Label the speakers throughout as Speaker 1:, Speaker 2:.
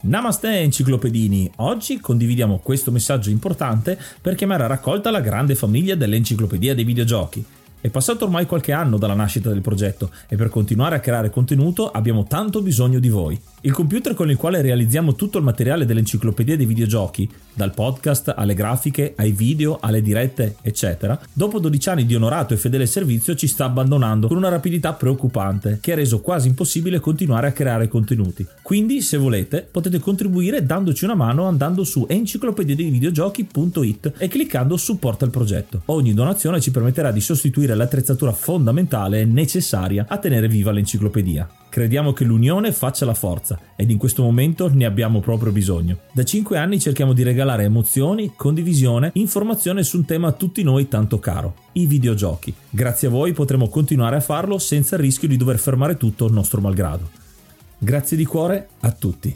Speaker 1: Namaste enciclopedini, oggi condividiamo questo messaggio importante per chiamare a raccolta la grande famiglia dell'Enciclopedia dei Videogiochi. È passato ormai qualche anno dalla nascita del progetto e per continuare a creare contenuto abbiamo tanto bisogno di voi. Il computer con il quale realizziamo tutto il materiale dell'Enciclopedia dei Videogiochi, dal podcast alle grafiche, ai video, alle dirette, eccetera, dopo 12 anni di onorato e fedele servizio ci sta abbandonando con una rapidità preoccupante che ha reso quasi impossibile continuare a creare contenuti. Quindi, se volete, potete contribuire dandoci una mano andando su enciclopediadeivideogiochi.it e cliccando supporta il progetto. Ogni donazione ci permetterà di sostituire l'attrezzatura fondamentale e necessaria a tenere viva l'enciclopedia. Crediamo che l'unione faccia la forza ed in questo momento ne abbiamo proprio bisogno. Da 5 anni cerchiamo di regalare emozioni, condivisione, informazione su un tema a tutti noi tanto caro, i videogiochi. Grazie a voi potremo continuare a farlo senza il rischio di dover fermare tutto nostro malgrado. Grazie di cuore a tutti.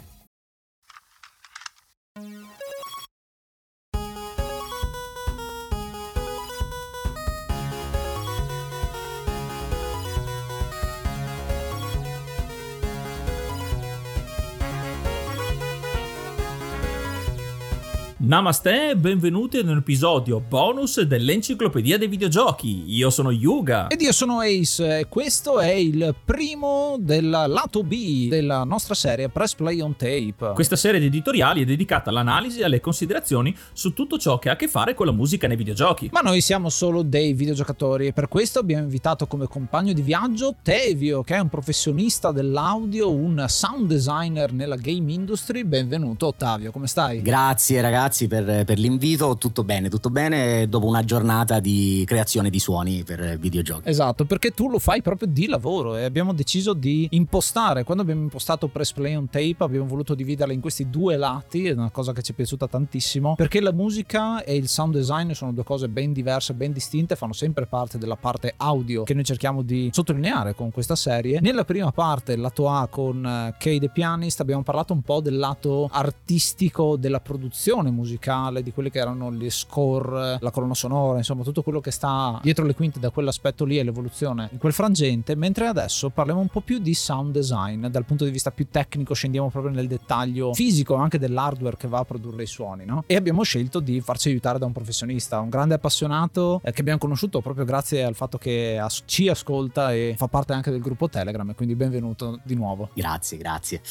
Speaker 1: Namaste e benvenuti ad un episodio bonus dell'Enciclopedia dei Videogiochi. Io sono Yuga.
Speaker 2: Ed io sono Ace e questo è il primo del lato B della nostra serie Press Play on Tape.
Speaker 1: Questa serie di editoriali è dedicata all'analisi e alle considerazioni su tutto ciò che ha a che fare con la musica nei videogiochi.
Speaker 2: Ma noi siamo solo dei videogiocatori e per questo abbiamo invitato come compagno di viaggio Tevio, che è un professionista dell'audio, un sound designer nella game industry. Benvenuto Ottavio, come stai?
Speaker 3: Grazie ragazzi per l'invito, tutto bene dopo una giornata di creazione di suoni per videogiochi.
Speaker 2: Esatto, perché tu lo fai proprio di lavoro e abbiamo deciso di impostare, quando abbiamo impostato Press Play on Tape abbiamo voluto dividerla in questi due lati, è una cosa che ci è piaciuta tantissimo perché la musica e il sound design sono due cose ben diverse, ben distinte, fanno sempre parte della parte audio che noi cerchiamo di sottolineare con questa serie. Nella prima parte, il lato A con Kay the Pianist, abbiamo parlato un po' del lato artistico della produzione musicale, di quelle che erano le score, la colonna sonora, insomma tutto quello che sta dietro le quinte da quell'aspetto lì e l'evoluzione in quel frangente, mentre adesso parliamo un po' più di sound design dal punto di vista più tecnico, scendiamo proprio nel dettaglio fisico anche dell'hardware che va a produrre i suoni, no? E abbiamo scelto di farci aiutare da un professionista, un grande appassionato che abbiamo conosciuto proprio grazie al fatto che ci ascolta e fa parte anche del gruppo Telegram, e quindi benvenuto di nuovo.
Speaker 3: Grazie.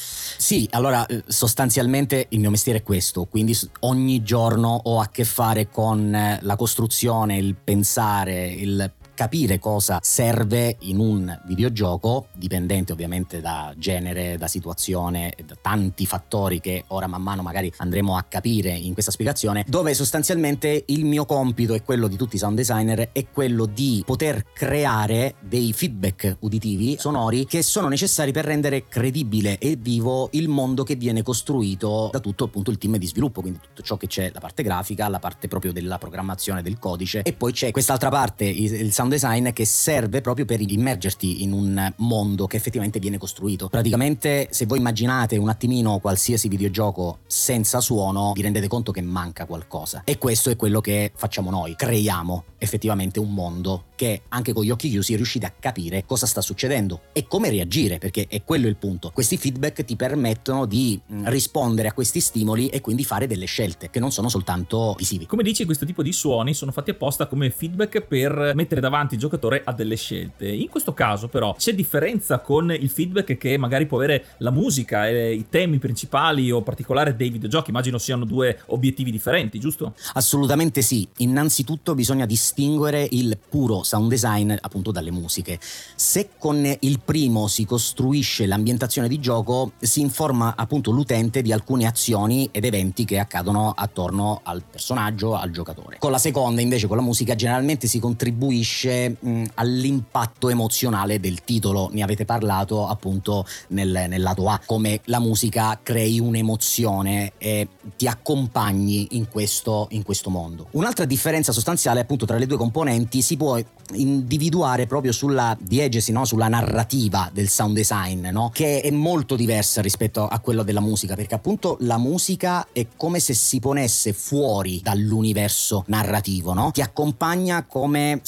Speaker 3: Sì, allora sostanzialmente il mio mestiere è questo, quindi ogni giorno ho a che fare con la costruzione, il pensare, il capire cosa serve in un videogioco, dipendente ovviamente da genere, da situazione, da tanti fattori che ora man mano magari andremo a capire in questa spiegazione, dove sostanzialmente il mio compito e quello di tutti i sound designer è quello di poter creare dei feedback uditivi, sonori, che sono necessari per rendere credibile e vivo il mondo che viene costruito da tutto appunto il team di sviluppo, quindi tutto ciò che c'è, la parte grafica, la parte proprio della programmazione del codice, e poi c'è quest'altra parte, il sound design, che serve proprio per immergerti in un mondo che effettivamente viene costruito. Praticamente, se voi immaginate un attimino qualsiasi videogioco senza suono, vi rendete conto che manca qualcosa, e questo è quello che facciamo noi. Creiamo effettivamente un mondo che anche con gli occhi chiusi riuscite a capire cosa sta succedendo e come reagire, perché è quello il punto. Questi feedback ti permettono di rispondere a questi stimoli e quindi fare delle scelte che non sono soltanto visivi.
Speaker 1: Come dici, questo tipo di suoni sono fatti apposta come feedback per mettere davanti il giocatore a delle scelte. In questo caso però c'è differenza con il feedback che magari può avere la musica e i temi principali o particolari dei videogiochi? Immagino siano due obiettivi differenti, giusto?
Speaker 3: Assolutamente sì. Innanzitutto bisogna distinguere il puro sound design appunto dalle musiche. Se con il primo si costruisce l'ambientazione di gioco, si informa appunto l'utente di alcune azioni ed eventi che accadono attorno al personaggio, al giocatore. Con la seconda invece, con la musica, generalmente si contribuisce all'impatto emozionale del titolo. Ne avete parlato appunto nel lato A, come la musica crei un'emozione e ti accompagni in questo mondo. Un'altra differenza sostanziale appunto tra le due componenti si può individuare proprio sulla diegesi, no? Sulla narrativa del sound design, no? Che è molto diversa rispetto a quello della musica, perché appunto la musica è come se si ponesse fuori dall'universo narrativo, no? Ti accompagna come se ci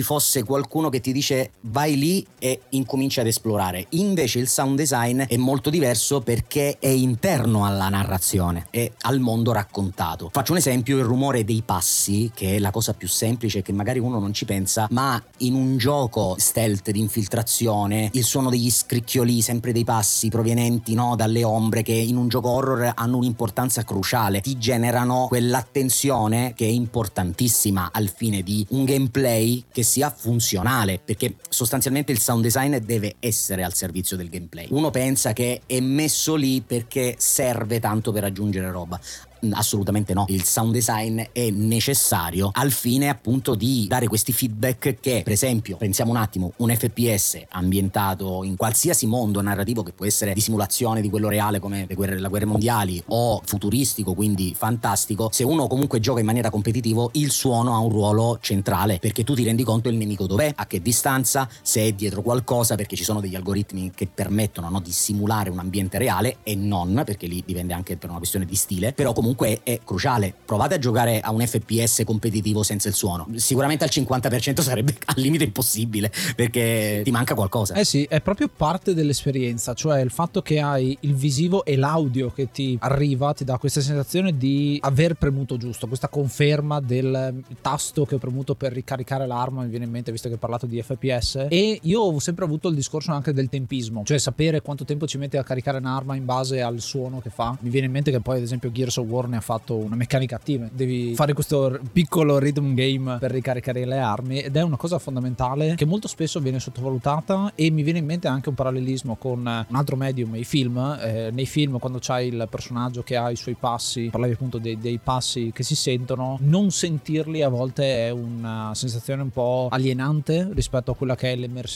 Speaker 3: fosse qualcuno che ti dice vai lì e incomincia ad esplorare. Invece il sound design è molto diverso perché è interno alla narrazione e al mondo raccontato. Faccio un esempio: il rumore dei passi, che è la cosa più semplice, che magari uno non ci pensa, ma in un gioco stealth di infiltrazione il suono degli scricchioli sempre dei passi provenienti, no, dalle ombre, che in un gioco horror hanno un'importanza cruciale, ti generano quell'attenzione che è importantissima al fine di un gameplay che sia funzionale, perché sostanzialmente il sound design deve essere al servizio del gameplay. Uno pensa che è messo lì perché serve tanto per aggiungere roba. Assolutamente no, il sound design è necessario al fine appunto di dare questi feedback che, per esempio, pensiamo un attimo, un FPS ambientato in qualsiasi mondo narrativo, che può essere di simulazione di quello reale come le guerre mondiali, o futuristico, quindi fantastico, se uno comunque gioca in maniera competitiva il suono ha un ruolo centrale, perché tu ti rendi conto il nemico dov'è, a che distanza, se è dietro qualcosa, perché ci sono degli algoritmi che permettono, no, di simulare un ambiente reale e non, perché lì dipende anche per una questione di stile, però comunque è cruciale. Provate a giocare a un FPS competitivo senza il suono, sicuramente al 50% sarebbe al limite impossibile, perché ti manca qualcosa.
Speaker 2: Eh sì, è proprio parte dell'esperienza, cioè il fatto che hai il visivo e l'audio che ti arriva ti dà questa sensazione di aver premuto giusto, questa conferma del tasto che ho premuto per ricaricare l'arma, mi viene in mente visto che hai parlato di FPS. E io ho sempre avuto il discorso anche del tempismo, cioè sapere quanto tempo ci mette a caricare un'arma in base al suono che fa. Mi viene in mente che poi ad esempio Gears of War ne ha fatto una meccanica attiva, devi fare questo piccolo rhythm game per ricaricare le armi, ed è una cosa fondamentale che molto spesso viene sottovalutata. E mi viene in mente anche un parallelismo con un altro medium, i film. Nei film, quando c'hai il personaggio che ha i suoi passi, parlavi appunto dei passi che si sentono, non sentirli a volte è una sensazione un po' alienante rispetto a quella che è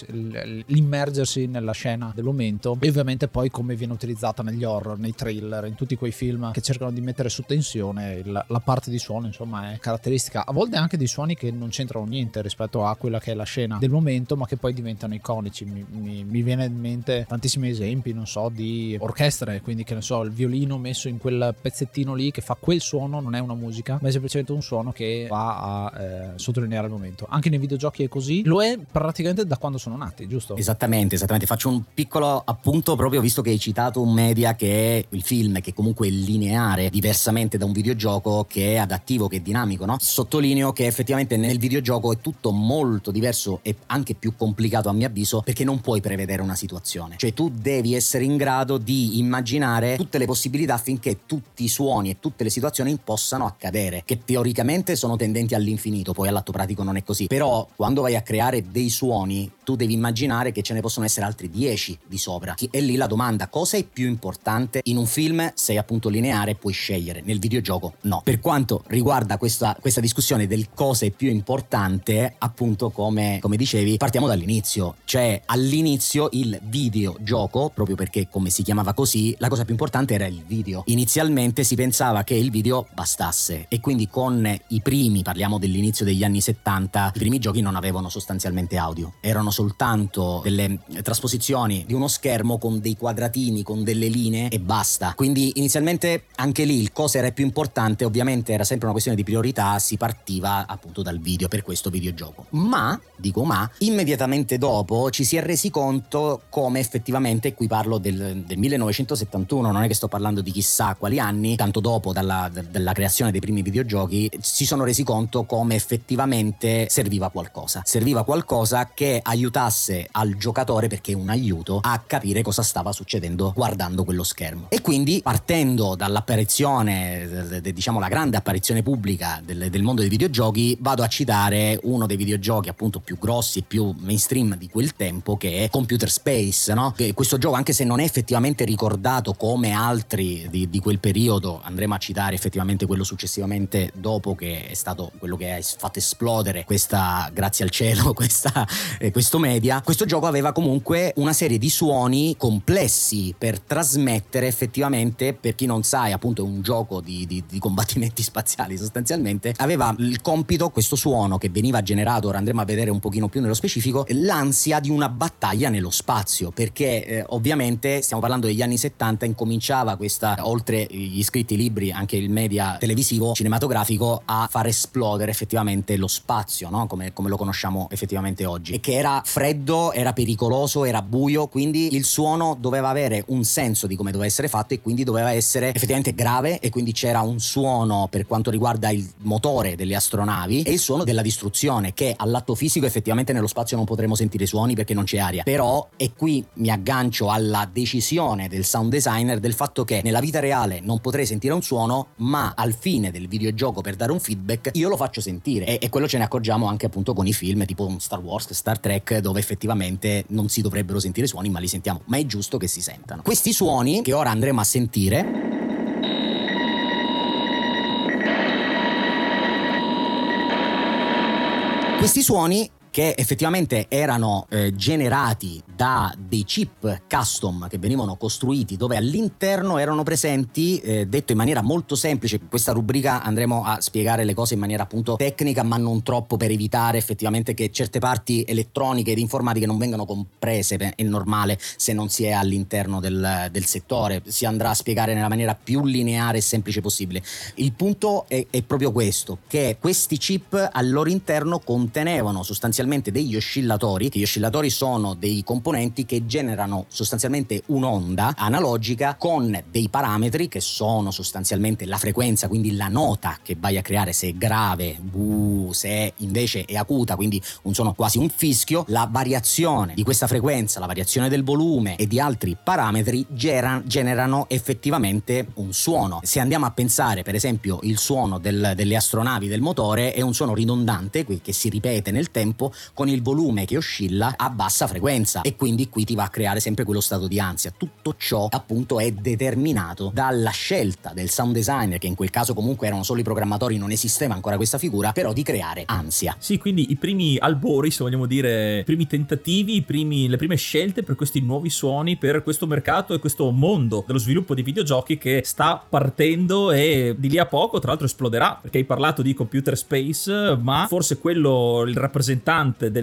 Speaker 2: l'immergersi nella scena del momento. E ovviamente poi come viene utilizzata negli horror, nei thriller, in tutti quei film che cercano di mettere su tensione, la parte di suono insomma è caratteristica, a volte anche di suoni che non c'entrano niente rispetto a quella che è la scena del momento, ma che poi diventano iconici. Mi viene in mente tantissimi esempi, non so, di orchestre, quindi che ne so, il violino messo in quel pezzettino lì che fa quel suono, non è una musica ma è semplicemente un suono che va a sottolineare il momento. Anche nei videogiochi è così, lo è praticamente da quando sono nati, giusto?
Speaker 3: Esattamente, faccio un piccolo appunto, proprio visto che hai citato un media che è il film, che comunque è lineare, diversamente da un videogioco che è adattivo, che è dinamico, no? Sottolineo che effettivamente nel videogioco è tutto molto diverso e anche più complicato a mio avviso, perché non puoi prevedere una situazione, cioè tu devi essere in grado di immaginare tutte le possibilità affinché tutti i suoni e tutte le situazioni possano accadere, che teoricamente sono tendenti all'infinito, poi all'atto pratico non è così, però quando vai a creare dei suoni tu devi immaginare che ce ne possono essere altri 10 di sopra. E lì la domanda: cosa è più importante? In un film sei appunto lineare, puoi scegliere, nel videogioco no. Per quanto riguarda questa discussione del cosa è più importante, appunto come dicevi, partiamo dall'inizio, cioè all'inizio il videogioco, proprio perché come si chiamava così, la cosa più importante era il video. Inizialmente si pensava che il video bastasse, e quindi con i primi, parliamo dell'inizio degli anni 70, i primi giochi non avevano sostanzialmente audio, erano soltanto delle trasposizioni di uno schermo con dei quadratini, con delle linee e basta. Quindi inizialmente anche lì il cosa era più importante, ovviamente era sempre una questione di priorità, si partiva appunto dal video per questo videogioco. Ma immediatamente dopo ci si è resi conto come effettivamente, qui parlo del 1971, non è che sto parlando di chissà quali anni, tanto dopo dalla creazione dei primi videogiochi, si sono resi conto come effettivamente serviva qualcosa che aiutasse al giocatore, perché è un aiuto, a capire cosa stava succedendo guardando quello schermo. E quindi, partendo dall'apparizione, diciamo la grande apparizione pubblica del mondo dei videogiochi, vado a citare uno dei videogiochi appunto più grossi e più mainstream di quel tempo, che è Computer Space, no? Che questo gioco, anche se non è effettivamente ricordato come altri di quel periodo, andremo a citare effettivamente quello successivamente dopo, che è stato quello che ha fatto esplodere questa, grazie al cielo, questo media. Questo gioco aveva comunque una serie di suoni complessi per trasmettere effettivamente, per chi non sa, è appunto un gioco videogioco di combattimenti spaziali sostanzialmente, aveva il compito, questo suono che veniva generato, ora andremo a vedere un pochino più nello specifico, l'ansia di una battaglia nello spazio, perché ovviamente stiamo parlando degli anni 70, incominciava questa, oltre gli scritti libri, anche il media televisivo cinematografico a far esplodere effettivamente lo spazio, no? come lo conosciamo effettivamente oggi, e che era freddo, era pericoloso, era buio, quindi il suono doveva avere un senso di come doveva essere fatto e quindi doveva essere effettivamente grave, e quindi c'era un suono per quanto riguarda il motore delle astronavi e il suono della distruzione, che all'atto fisico effettivamente nello spazio non potremo sentire suoni perché non c'è aria, però, e qui mi aggancio alla decisione del sound designer del fatto che nella vita reale non potrei sentire un suono, ma al fine del videogioco, per dare un feedback, io lo faccio sentire, e quello ce ne accorgiamo anche appunto con i film tipo Star Wars, Star Trek, dove effettivamente non si dovrebbero sentire suoni ma li sentiamo, ma è giusto che si sentano. Questi suoni che ora andremo a sentire che effettivamente erano generati da dei chip custom che venivano costruiti, dove all'interno erano presenti, detto in maniera molto semplice, in questa rubrica andremo a spiegare le cose in maniera appunto tecnica ma non troppo, per evitare effettivamente che certe parti elettroniche ed informatiche non vengano comprese, è normale se non si è all'interno del settore, si andrà a spiegare nella maniera più lineare e semplice possibile. Il punto è proprio questo, che questi chip al loro interno contenevano sostanzialmente degli oscillatori, che gli oscillatori sono dei componenti che generano sostanzialmente un'onda analogica con dei parametri che sono sostanzialmente la frequenza, quindi la nota che vai a creare, se è grave, se invece è acuta, quindi un suono quasi un fischio, la variazione di questa frequenza, la variazione del volume e di altri parametri generano effettivamente un suono. Se andiamo a pensare per esempio il suono delle astronavi, del motore, è un suono ridondante che si ripete nel tempo con il volume che oscilla a bassa frequenza, e quindi qui ti va a creare sempre quello stato di ansia. Tutto ciò appunto è determinato dalla scelta del sound designer, che in quel caso comunque erano solo i programmatori, non esisteva ancora questa figura, però di creare ansia.
Speaker 1: Sì, quindi i primi albori, se vogliamo dire, i primi tentativi, le prime scelte per questi nuovi suoni, per questo mercato e questo mondo dello sviluppo di videogiochi che sta partendo e di lì a poco tra l'altro esploderà, perché hai parlato di Computer Space, ma forse quello, il rappresentante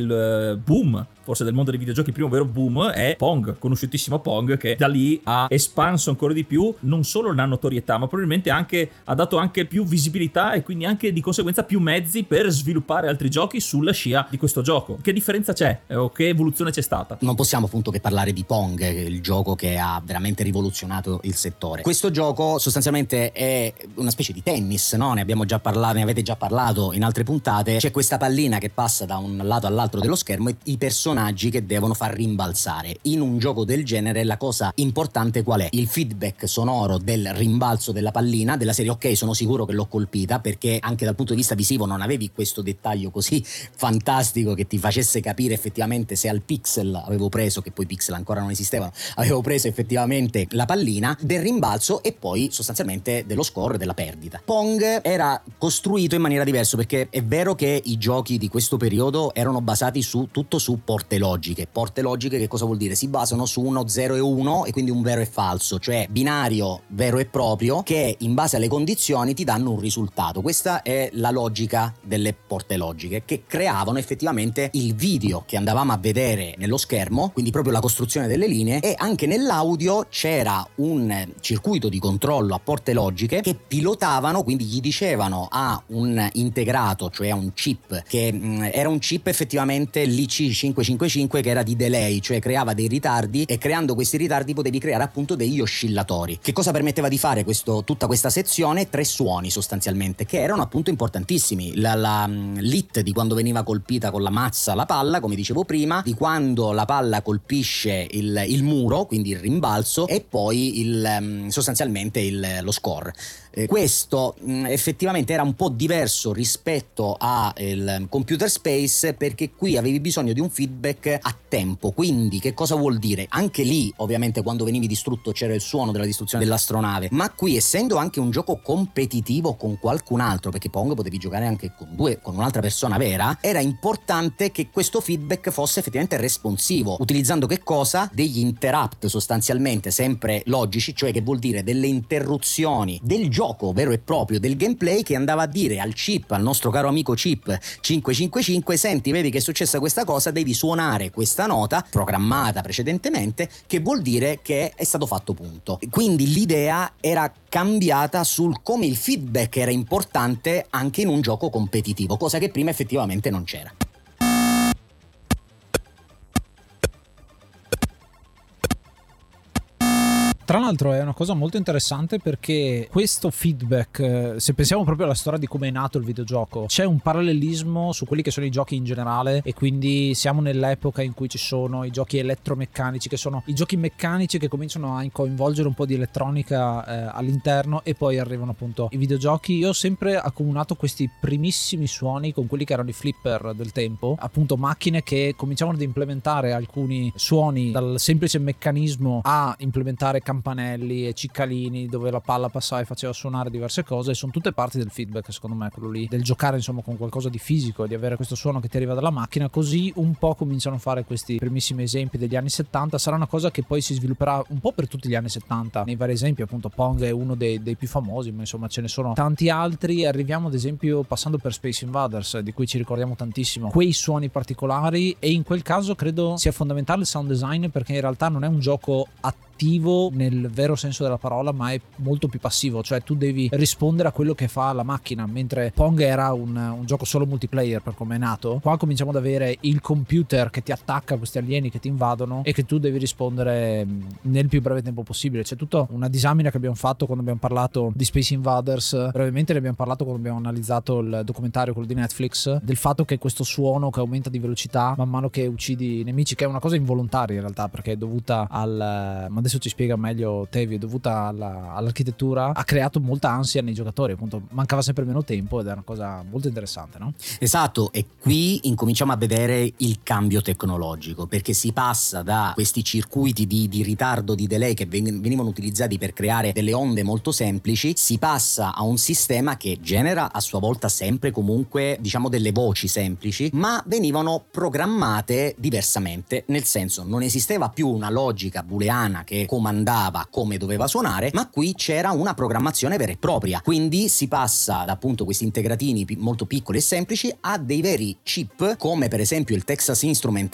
Speaker 1: del boom, forse del mondo dei videogiochi, il primo vero boom è Pong, conosciutissimo Pong, che da lì ha espanso ancora di più non solo la notorietà, ma probabilmente ha dato anche più visibilità e quindi anche di conseguenza più mezzi per sviluppare altri giochi sulla scia di questo gioco. Che differenza c'è o che evoluzione c'è stata?
Speaker 3: Non possiamo appunto che parlare di Pong, il gioco che ha veramente rivoluzionato il settore. Questo gioco sostanzialmente è una specie di tennis, no? Ne avete già parlato in altre puntate. C'è questa pallina che passa da un lato all'altro dello schermo e i personaggi che devono far rimbalzare. In un gioco del genere la cosa importante qual è? Il feedback sonoro del rimbalzo della pallina, della serie ok, sono sicuro che l'ho colpita, perché anche dal punto di vista visivo non avevi questo dettaglio così fantastico che ti facesse capire effettivamente se al pixel avevo preso, che poi pixel ancora non esistevano, avevo preso effettivamente la pallina, del rimbalzo e poi sostanzialmente dello score, della perdita. Pong era costruito in maniera diversa, perché è vero che i giochi di questo periodo erano basati tutto su porte logiche. Porte logiche che cosa vuol dire? Si basano su uno 0 e 1 e quindi un vero e falso, cioè binario vero e proprio, che in base alle condizioni ti danno un risultato. Questa è la logica delle porte logiche, che creavano effettivamente il video che andavamo a vedere nello schermo, quindi proprio la costruzione delle linee, e anche nell'audio c'era un circuito di controllo a porte logiche che pilotavano, quindi gli dicevano a un integrato, cioè a un chip, che era un chip effettivamente l'IC555, che era di delay, cioè creava dei ritardi, e creando questi ritardi potevi creare appunto degli oscillatori. Che cosa permetteva di fare tutta questa sezione? 3 suoni sostanzialmente, che erano appunto importantissimi. L'hit di quando veniva colpita con la mazza la palla, come dicevo prima, di quando la palla colpisce il muro, quindi il rimbalzo, e poi sostanzialmente lo score. Questo effettivamente era un po' diverso rispetto al Computer Space, perché qui avevi bisogno di un feedback a tempo. Quindi che cosa vuol dire? Anche lì ovviamente quando venivi distrutto c'era il suono della distruzione dell'astronave, ma qui essendo anche un gioco competitivo con qualcun altro, perché Pong potevi giocare anche con un'altra persona vera, era importante che questo feedback fosse effettivamente responsivo, utilizzando che cosa? Degli interrupt sostanzialmente sempre logici, cioè che vuol dire delle interruzioni del gioco vero e proprio, del gameplay, che andava a dire al chip, al nostro caro amico chip 555, senti, vedi che è successa questa cosa, devi suonare questa nota programmata precedentemente, che vuol dire che è stato fatto punto. Quindi l'idea era cambiata sul come il feedback era importante anche in un gioco competitivo, cosa che prima effettivamente non c'era.
Speaker 2: Tra l'altro è una cosa molto interessante perché questo feedback, se pensiamo proprio alla storia di come è nato il videogioco, c'è un parallelismo su quelli che sono i giochi in generale, e quindi siamo nell'epoca in cui ci sono i giochi elettromeccanici, che sono i giochi meccanici che cominciano a coinvolgere un po' di elettronica all'interno, e poi arrivano appunto i videogiochi. Io ho sempre accomunato questi primissimi suoni con quelli che erano i flipper del tempo, appunto macchine che cominciavano ad implementare alcuni suoni dal semplice meccanismo a implementare campanelli e ciccalini dove la palla passava e faceva suonare diverse cose, e sono tutte parti del feedback, secondo me, quello lì del giocare insomma con qualcosa di fisico e di avere questo suono che ti arriva dalla macchina. Così un po' cominciano a fare questi primissimi esempi degli anni 70. Sarà una cosa che poi si svilupperà un po' per tutti gli anni 70 nei vari esempi, appunto Pong è uno dei più famosi, ma insomma ce ne sono tanti altri. Arriviamo ad esempio passando per Space Invaders, di cui ci ricordiamo tantissimo quei suoni particolari, e in quel caso credo sia fondamentale il sound design, perché in realtà non è un gioco attivo nel vero senso della parola, ma è molto più passivo, cioè tu devi rispondere a quello che fa la macchina, mentre Pong era un gioco solo multiplayer per come è nato. Qua cominciamo ad avere il computer che ti attacca, questi alieni che ti invadono, e che tu devi rispondere nel più breve tempo possibile. C'è tutta una disamina che abbiamo fatto quando abbiamo parlato di Space Invaders, brevemente ne abbiamo parlato quando abbiamo analizzato il documentario, quello di Netflix, del fatto che questo suono che aumenta di velocità man mano che uccidi i nemici, che è una cosa involontaria in realtà, perché è dovuta ma adesso ci spiega meglio Tevi, è dovuta all'architettura, ha creato molta ansia nei giocatori, appunto mancava sempre meno tempo, ed è una cosa molto interessante, no?
Speaker 3: Esatto, e qui incominciamo a vedere il cambio tecnologico, perché si passa da questi circuiti di ritardo, di delay che venivano utilizzati per creare delle onde molto semplici, si passa a un sistema che genera a sua volta sempre comunque diciamo delle voci semplici, ma venivano programmate diversamente, nel senso non esisteva più una logica booleana che comandava come doveva suonare, ma qui c'era una programmazione vera e propria. Quindi si passa da appunto questi integratini molto piccoli e semplici a dei veri chip, come per esempio il Texas Instrument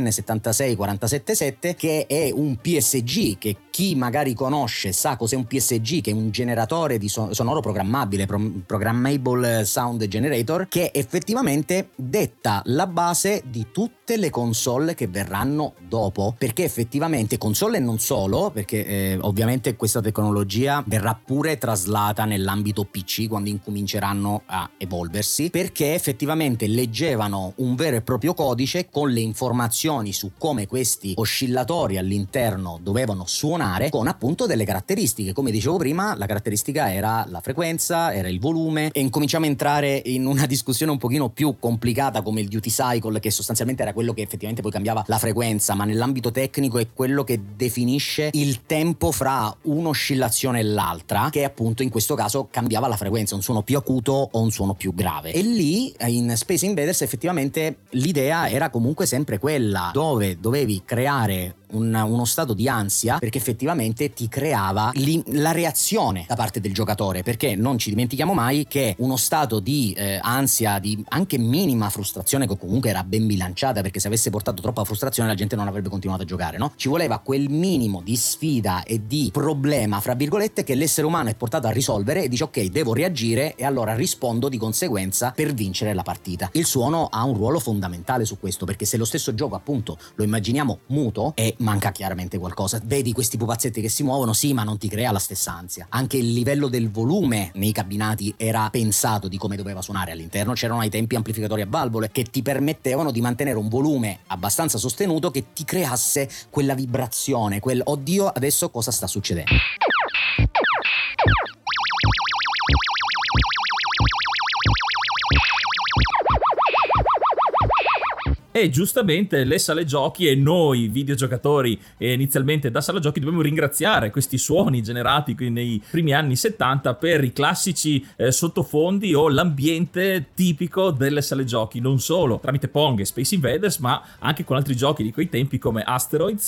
Speaker 3: l'SN76477, che è un PSG, che chi magari conosce sa cos'è un PSG, che è un generatore di sonoro programmabile, programmable sound generator, che effettivamente detta la base di tutte le console che verranno dopo, perché effettivamente console e non solo, perché ovviamente questa tecnologia verrà pure traslata nell'ambito PC quando incominceranno a evolversi, perché effettivamente leggevano un vero e proprio codice con le informazioni su come questi oscillatori all'interno dovevano suonare, con appunto delle caratteristiche. Come dicevo prima, la caratteristica era la frequenza, era il volume, e incominciamo a entrare in una discussione un pochino più complicata come il duty cycle, che sostanzialmente era quello che effettivamente poi cambiava la frequenza, ma nell'ambito tecnico è quello che definisce il tempo fra un'oscillazione e l'altra, che appunto in questo caso cambiava la frequenza, un suono più acuto o un suono più grave. E lì in Space Invaders effettivamente l'idea era comunque sempre quella, dove dovevi creare uno stato di ansia, perché effettivamente ti creava la reazione da parte del giocatore, perché non ci dimentichiamo mai che uno stato di ansia, di anche minima frustrazione, che comunque era ben bilanciata, perché se avesse portato troppa frustrazione la gente non avrebbe continuato a giocare, no? Ci voleva quel minimo di sfida e di problema, fra virgolette, che l'essere umano è portato a risolvere, e dice ok, devo reagire e allora rispondo di conseguenza per vincere la partita. Il suono ha un ruolo fondamentale su questo, perché se lo stesso gioco appunto lo immaginiamo muto, e manca chiaramente qualcosa. Vedi questi pupazzetti che si muovono, sì, ma non ti crea la stessa ansia. Anche il livello del volume nei cabinati era pensato di come doveva suonare. All'interno c'erano ai tempi amplificatori a valvole che ti permettevano di mantenere un volume abbastanza sostenuto che ti creasse quella vibrazione, quel oddio, adesso cosa sta succedendo?
Speaker 1: E giustamente le sale giochi e noi videogiocatori inizialmente da sala giochi dobbiamo ringraziare questi suoni generati nei primi anni 70 per i classici sottofondi o l'ambiente tipico delle sale giochi, non solo tramite Pong e Space Invaders, ma anche con altri giochi di quei tempi come Asteroids.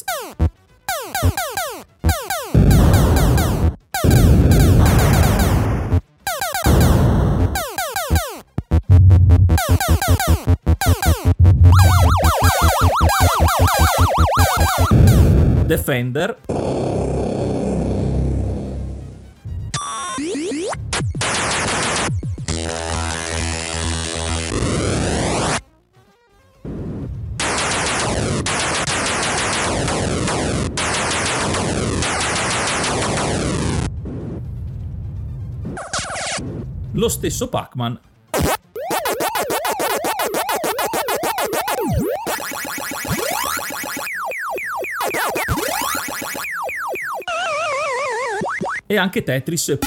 Speaker 1: Defender. Lo stesso Pac-Man. E anche Tetris.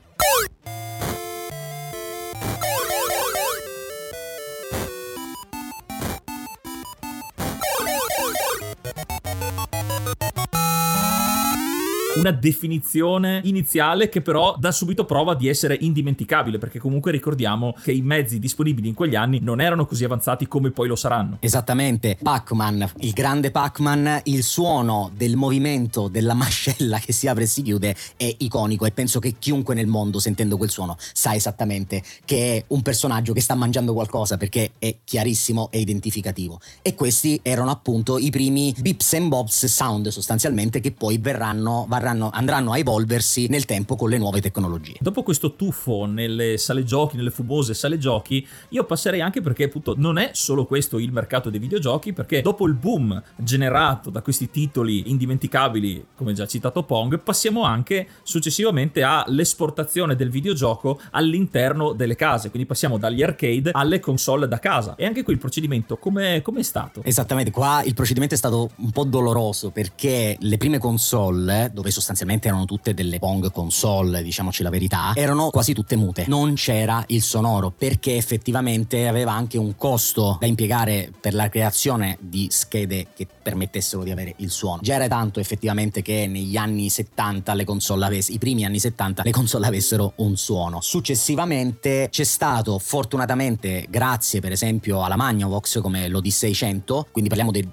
Speaker 1: Una definizione iniziale che però dà subito prova di essere indimenticabile, perché comunque ricordiamo che i mezzi disponibili in quegli anni non erano così avanzati come poi lo saranno.
Speaker 3: Esattamente, Pac-Man, il grande Pac-Man, il suono del movimento della mascella che si apre e si chiude è iconico, e penso che chiunque nel mondo sentendo quel suono sa esattamente che è un personaggio che sta mangiando qualcosa, perché è chiarissimo e identificativo. E questi erano appunto i primi Bips and Bobs sound, sostanzialmente, che poi andranno a evolversi nel tempo con le nuove tecnologie.
Speaker 1: Dopo questo tuffo nelle sale giochi, nelle fumose sale giochi, io passerei anche, perché appunto non è solo questo il mercato dei videogiochi, perché dopo il boom generato da questi titoli indimenticabili, come già citato Pong, passiamo anche successivamente all'esportazione del videogioco all'interno delle case, quindi passiamo dagli arcade alle console da casa. E anche qui il procedimento come è stato?
Speaker 3: Esattamente, qua il procedimento è stato un po' doloroso, perché le prime console, dove sostanzialmente erano tutte delle Pong console, diciamoci la verità, erano quasi tutte mute, non c'era il sonoro, perché effettivamente aveva anche un costo da impiegare per la creazione di schede che permettessero di avere il suono. Già era tanto effettivamente che negli anni 70 i primi anni 70 le console avessero un suono. Successivamente c'è stato, fortunatamente, grazie per esempio alla Magnavox, come l'Odyssey 100, quindi parliamo del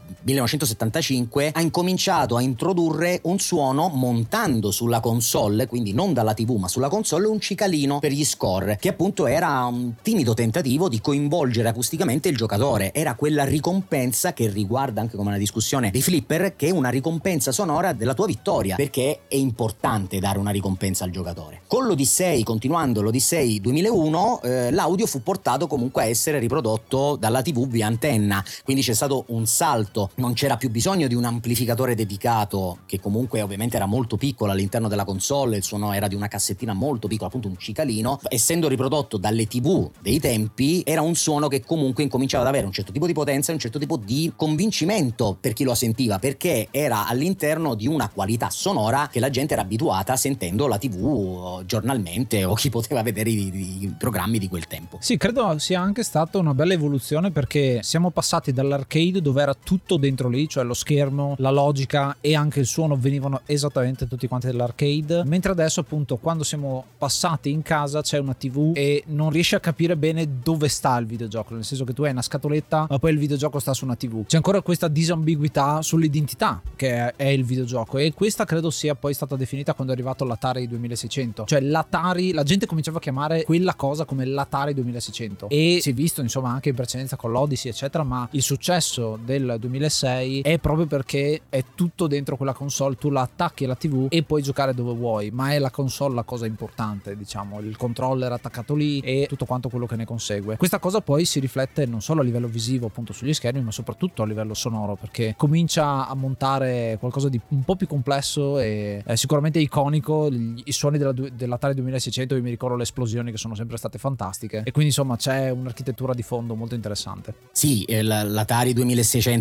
Speaker 3: 1975, ha incominciato a introdurre un suono montando sulla console, quindi non dalla TV ma sulla console, un cicalino per gli score, che appunto era un timido tentativo di coinvolgere acusticamente il giocatore. Era quella ricompensa che riguarda anche come una discussione dei flipper, che è una ricompensa sonora della tua vittoria, perché è importante dare una ricompensa al giocatore. Con l'Odyssey, continuando l'Odyssey 2001, l'audio fu portato comunque a essere riprodotto dalla TV via antenna, quindi c'è stato un salto, non c'era più bisogno di un amplificatore dedicato, che comunque ovviamente era molto piccolo all'interno della console, il suono era di una cassettina molto piccola, appunto un cicalino. Essendo riprodotto dalle TV dei tempi, era un suono che comunque incominciava ad avere un certo tipo di potenza e un certo tipo di convincimento per chi lo sentiva, perché era all'interno di una qualità sonora che la gente era abituata sentendo la TV giornalmente, o chi poteva vedere i programmi di quel tempo.
Speaker 2: Sì, credo sia anche stata una bella evoluzione, perché siamo passati dall'arcade, dove era tutto dentro lì, cioè lo schermo, la logica e anche il suono venivano esattamente tutti quanti dell'arcade, mentre adesso appunto quando siamo passati in casa c'è una TV e non riesci a capire bene dove sta il videogioco, nel senso che tu hai una scatoletta ma poi il videogioco sta su una TV. C'è ancora questa disambiguità sull'identità che è il videogioco, e questa credo sia poi stata definita quando è arrivato l'Atari 2600, cioè l'Atari, la gente cominciava a chiamare quella cosa come l'Atari 2600, e si è visto insomma anche in precedenza con l'Odyssey eccetera, ma il successo del 2006 è proprio perché è tutto dentro quella console, tu la attacchi alla TV e puoi giocare dove vuoi, ma è la console la cosa importante, diciamo, il controller attaccato lì e tutto quanto quello che ne consegue. Questa cosa poi si riflette non solo a livello visivo appunto sugli schermi, ma soprattutto a livello sonoro, perché comincia a montare qualcosa di un po' più complesso e sicuramente iconico. I suoni dell'Atari 2600, io mi ricordo le esplosioni che sono sempre state fantastiche, e quindi insomma c'è un'architettura di fondo molto interessante.
Speaker 3: Sì, l'Atari 2600 nel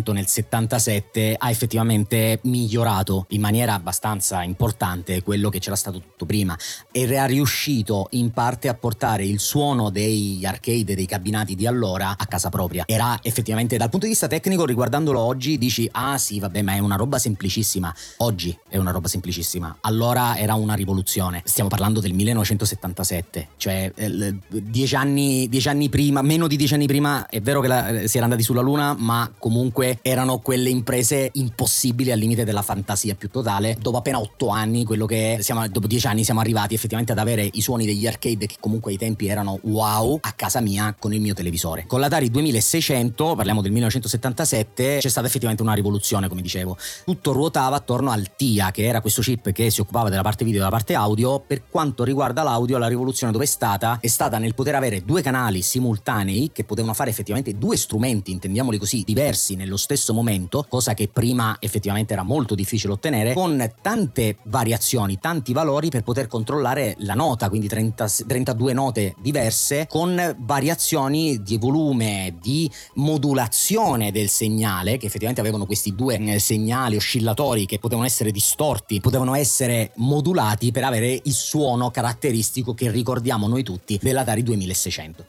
Speaker 3: 77 ha effettivamente migliorato in maniera abbastanza importante quello che c'era stato tutto prima, e era riuscito in parte a portare il suono degli arcade, dei cabinati di allora, a casa propria. Era effettivamente, dal punto di vista tecnico, riguardandolo oggi dici ah sì vabbè, ma è una roba semplicissima. Oggi è una roba semplicissima, allora era una rivoluzione. Stiamo parlando del 1977, cioè 10 anni prima, meno di 10 anni prima. È vero che si era andati sulla luna, ma comunque erano quelle imprese impossibili, al limite della fantasia più totale. Dopo appena 8 anni, dopo 10 anni siamo arrivati effettivamente ad avere i suoni degli arcade, che comunque ai tempi erano wow, a casa mia con il mio televisore. Con l'Atari 2600, parliamo del 1977, c'è stata effettivamente una rivoluzione, come dicevo. Tutto ruotava attorno al TIA, che era questo chip che si occupava della parte video e della parte audio. Per quanto riguarda l'audio, la rivoluzione dove è stata nel poter avere 2 canali simultanei che potevano fare effettivamente 2 strumenti, intendiamoli così, diversi nello stesso momento, cosa che prima effettivamente era molto difficile ottenere, con tante variazioni, tanti valori per poter controllare la nota, quindi 32 note diverse con variazioni di volume, di modulazione del segnale, che effettivamente avevano questi 2 segnali oscillatori che potevano essere distorti, potevano essere modulati per avere il suono caratteristico che ricordiamo noi tutti dell'Atari 2600.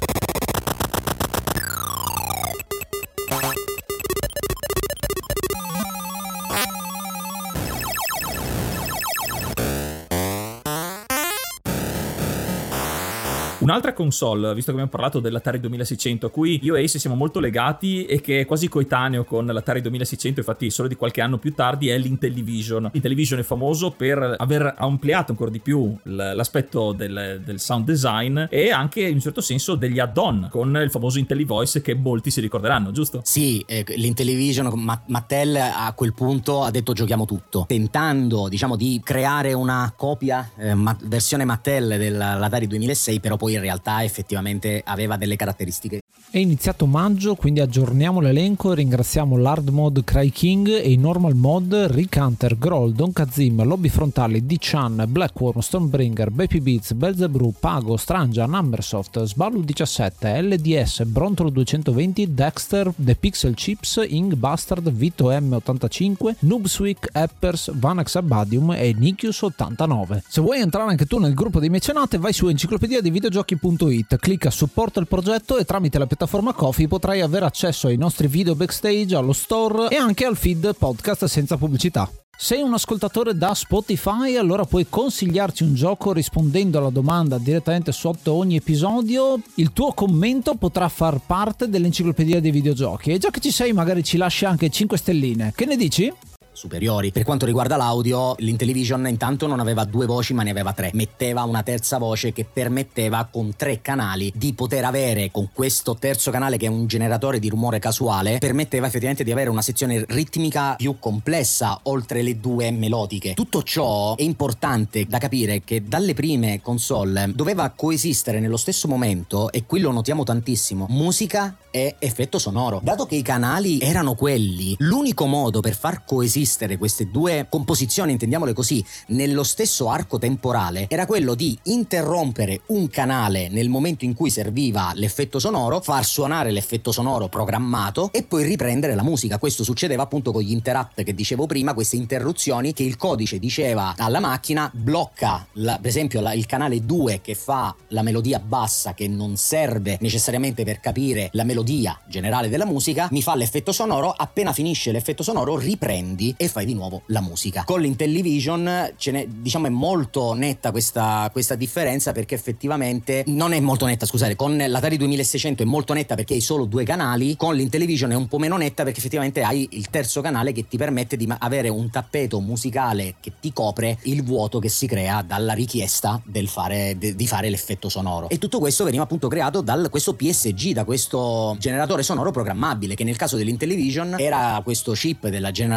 Speaker 1: Un'altra console, visto che abbiamo parlato dell'Atari 2600, a cui io e Ace siamo molto legati e che è quasi coetaneo con l'Atari 2600, infatti solo di qualche anno più tardi, è l'Intellivision. L'Intellivision è famoso per aver ampliato ancora di più l'aspetto del sound design e anche in un certo senso degli add-on, con il famoso IntelliVoice che molti si ricorderanno, giusto?
Speaker 3: Sì, l'Intellivision, Mattel a quel punto ha detto giochiamo tutto, tentando diciamo di creare una copia versione Mattel dell'Atari 2006, però poi in realtà effettivamente aveva delle caratteristiche.
Speaker 2: È iniziato maggio, quindi aggiorniamo l'elenco e ringraziamo l'Hard Mod Cry King e i Normal Mod Rick Hunter, Groll, Don Kazim, Lobby Frontali, D-Chan, Blackworm, Stonebringer, Baby Beats, Belzebrew, Pago, Strangia, Numbersoft, Sballu 17, LDS, Brontolo 220, Dexter, The Pixel Chips, Ing Bastard, Vito M85, Noobswick, Eppers, Vanax Abadium e Nikius 89. Se vuoi entrare anche tu nel gruppo dei mecenate, vai su enciclopedia dei videogiochi.it, clicca supporta il progetto e tramite la piattaforma Ko-fi potrai avere accesso ai nostri video backstage, allo store e anche al feed podcast senza pubblicità. Sei un ascoltatore da Spotify, allora puoi consigliarci un gioco rispondendo alla domanda direttamente sotto ogni episodio. Il tuo commento potrà far parte dell'enciclopedia dei videogiochi e già che ci sei magari ci lasci anche 5 stelline. Che ne dici?
Speaker 3: Superiori. Per quanto riguarda l'audio, l'Intellivision intanto non aveva 2 voci ma ne aveva 3, metteva una terza voce che permetteva con 3 canali di poter avere, con questo terzo canale che è un generatore di rumore casuale, permetteva effettivamente di avere una sezione ritmica più complessa oltre le 2 melodiche. Tutto ciò è importante da capire, che dalle prime console doveva coesistere nello stesso momento, e qui lo notiamo tantissimo, musica e effetto sonoro. Dato che i canali erano quelli, l'unico modo per far coesistere queste 2 composizioni, intendiamole così, nello stesso arco temporale era quello di interrompere un canale nel momento in cui serviva l'effetto sonoro, far suonare l'effetto sonoro programmato e poi riprendere la musica. Questo succedeva appunto con gli interrupt che dicevo prima, queste interruzioni che il codice diceva alla macchina blocca per esempio il canale 2 che fa la melodia bassa, che non serve necessariamente per capire la melodia generale della musica, mi fa l'effetto sonoro, appena finisce l'effetto sonoro riprendi e fai di nuovo la musica. Con l'Intellivision diciamo è molto netta questa differenza, perché effettivamente non è molto netta, scusate, con l'Atari 2600 è molto netta perché hai solo 2 canali, con l'Intellivision è un po' meno netta perché effettivamente hai il terzo canale che ti permette di avere un tappeto musicale che ti copre il vuoto che si crea dalla richiesta di fare l'effetto sonoro. E tutto questo veniva appunto creato da questo PSG, da questo generatore sonoro programmabile, che nel caso dell'Intellivision era questo chip della General Instrument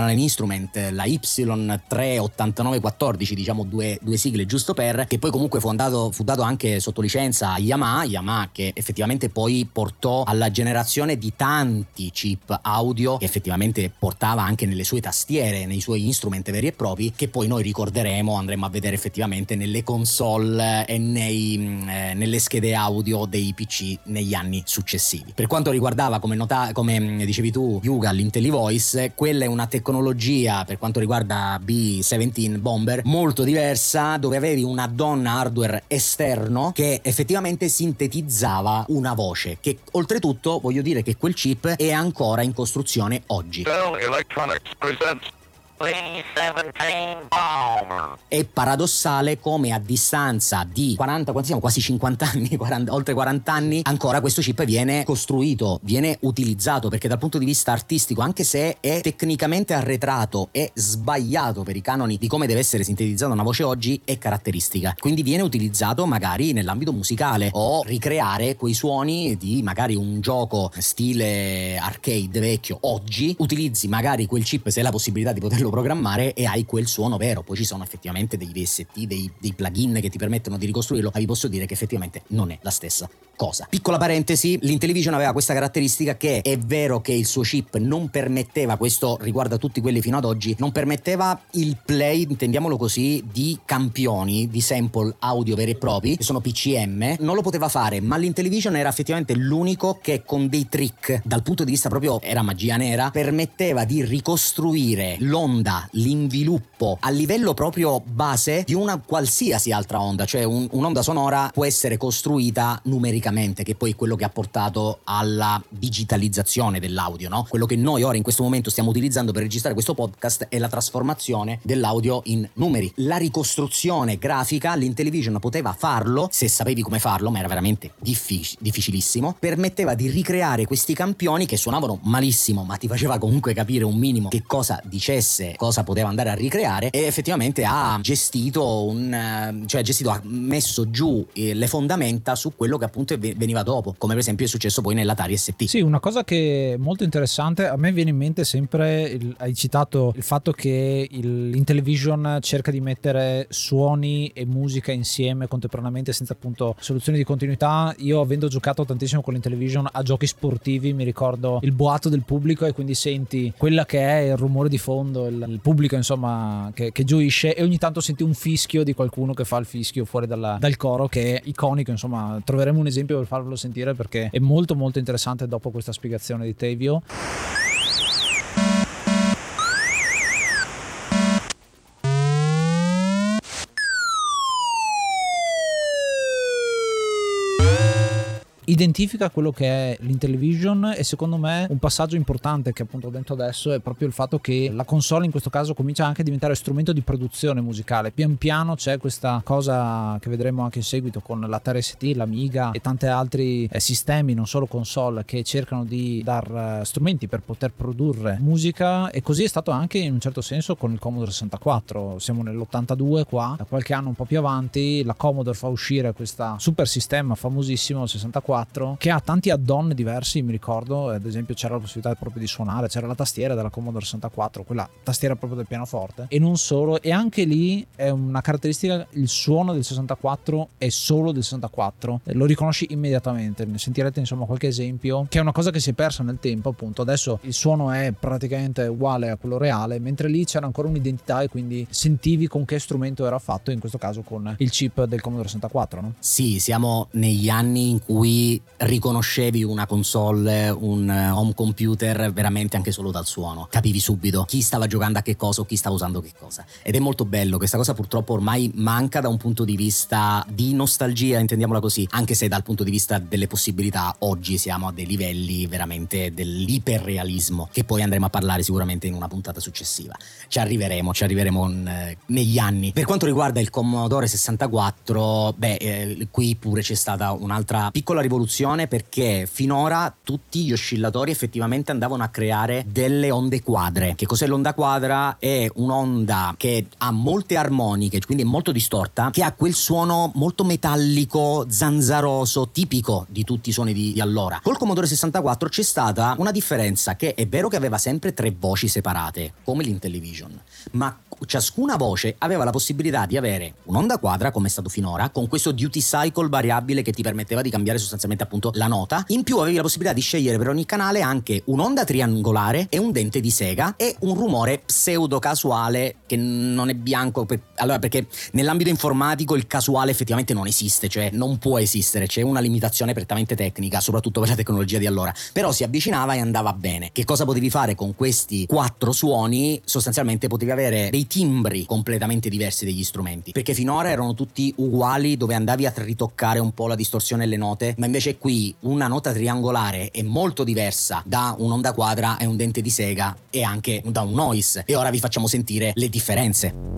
Speaker 3: Instrument, la Y38914, diciamo due sigle giusto per, che poi comunque fu dato anche sotto licenza a Yamaha che effettivamente poi portò alla generazione di tanti chip audio che effettivamente portava anche nelle sue tastiere, nei suoi instrument veri e propri, che poi noi ricorderemo, andremo a vedere effettivamente nelle console e nelle schede audio dei PC negli anni successivi. Per quanto riguardava, come dicevi tu, Yuga, l'IntelliVoice, quella è una tecnologia per quanto riguarda B-17 Bomber molto diversa, dove avevi un add-on hardware esterno che effettivamente sintetizzava una voce, che oltretutto voglio dire che quel chip è ancora in costruzione oggi.
Speaker 4: Bell Electronics presents B-17 Bomber.
Speaker 3: È paradossale come a distanza di 40, quanti siamo? Quasi 50 anni, oltre 40 anni, ancora questo chip viene costruito, viene utilizzato, perché dal punto di vista artistico, anche se è tecnicamente arretrato e sbagliato per i canoni di come deve essere sintetizzata una voce oggi, è caratteristica. Quindi viene utilizzato magari nell'ambito musicale, o ricreare quei suoni di magari un gioco stile arcade vecchio. Oggi utilizzi magari quel chip, se hai la possibilità di poterlo programmare, e hai quel suono vero. Poi ci sono effettivamente dei VST, dei plugin che ti permettono di ricostruirlo, ma vi posso dire che effettivamente non è la stessa cosa. Piccola parentesi, l'Intellivision aveva questa caratteristica che è vero che il suo chip non permetteva, questo riguarda tutti quelli fino ad oggi, non permetteva il play, intendiamolo così, di campioni, di sample audio veri e propri, che sono PCM, non lo poteva fare, ma l'Intellivision era effettivamente l'unico che con dei trick, dal punto di vista proprio, era magia nera, permetteva di ricostruire l'onda, l'inviluppo a livello proprio base di una qualsiasi altra onda, cioè un'onda sonora può essere costruita numericamente, che poi è quello che ha portato alla digitalizzazione dell'audio, no? Quello che noi ora in questo momento stiamo utilizzando per registrare questo podcast è la trasformazione dell'audio in numeri. La ricostruzione grafica, l'Intellivision poteva farlo se sapevi come farlo, ma era veramente difficilissimo. Permetteva di ricreare questi campioni che suonavano malissimo, ma ti faceva comunque capire un minimo che cosa dicesse, cosa poteva andare a ricreare, e effettivamente ha messo giù le fondamenta su quello che appunto veniva dopo, come per esempio è successo poi nell'Atari ST.
Speaker 2: Sì, una cosa che è molto interessante, a me viene in mente sempre, hai citato il fatto che l'Intellivision cerca di mettere suoni e musica insieme contemporaneamente senza appunto soluzioni di continuità. Io, avendo giocato tantissimo con l'Intellivision a giochi sportivi, mi ricordo il boato del pubblico, e quindi senti quella che è il rumore di fondo, il pubblico insomma che gioisce, e ogni tanto senti un fischio di qualcuno che fa il fischio fuori dal coro, che è iconico. Insomma, troveremo un esempio per farvelo sentire, perché è molto molto interessante dopo questa spiegazione di Tevio. Identifica quello che è l'Intellivision, e secondo me un passaggio importante che appunto ho detto adesso è proprio il fatto che la console in questo caso comincia anche a diventare strumento di produzione musicale. Pian piano c'è questa cosa che vedremo anche in seguito con l'Atari ST, l'Amiga e tanti altri sistemi, non solo console, che cercano di dar strumenti per poter produrre musica, e così è stato anche in un certo senso con il Commodore 64. Siamo nell'82 qua, da qualche anno un po' più avanti la Commodore fa uscire questo super sistema famosissimo, il 64, che ha tanti add-on diversi. Mi ricordo ad esempio c'era la possibilità proprio di suonare, c'era la tastiera della Commodore 64, quella tastiera proprio del pianoforte, e non solo, e anche lì è una caratteristica, il suono del 64 è solo del 64, lo riconosci immediatamente, ne sentirete insomma qualche esempio, che è una cosa che si è persa nel tempo. Appunto adesso il suono è praticamente uguale a quello reale, mentre lì c'era ancora un'identità, e quindi sentivi con che strumento era fatto, in questo caso con il chip del Commodore 64, no?
Speaker 3: Sì, siamo negli anni in cui riconoscevi una console, un home computer veramente anche solo dal suono, capivi subito chi stava giocando a che cosa o chi stava usando che cosa, ed è molto bello. Questa cosa purtroppo ormai manca da un punto di vista di nostalgia, intendiamola così, anche se dal punto di vista delle possibilità oggi siamo a dei livelli veramente dell'iperrealismo, che poi andremo a parlare sicuramente in una puntata successiva. Ci arriveremo negli anni. Per quanto riguarda il Commodore 64, qui pure c'è stata un'altra piccola rivoluzione rivoluzione, perché finora tutti gli oscillatori effettivamente andavano a creare delle onde quadre. Che cos'è l'onda quadra? È un'onda che ha molte armoniche, quindi è molto distorta, che ha quel suono molto metallico, zanzaroso, tipico di tutti i suoni di allora. Col Commodore 64 c'è stata una differenza, che è vero che aveva sempre 3 voci separate, come l'Intellivision, ma ciascuna voce aveva la possibilità di avere un'onda quadra, come è stato finora, con questo duty cycle variabile che ti permetteva di cambiare sostanzialmente appunto la nota. In più avevi la possibilità di scegliere per ogni canale anche un'onda triangolare e un dente di sega e un rumore pseudo casuale che non è bianco, perché nell'ambito informatico il casuale effettivamente non esiste, cioè non può esistere, c'è una limitazione prettamente tecnica, soprattutto per la tecnologia di allora, però si avvicinava e andava bene. Che cosa potevi fare con questi 4 suoni? Sostanzialmente potevi avere dei timbri completamente diversi degli strumenti, perché finora erano tutti uguali, dove andavi a ritoccare un po' la distorsione delle note, ma invece qui una nota triangolare è molto diversa da un'onda quadra e un dente di sega e anche da un noise. E ora vi facciamo sentire le differenze.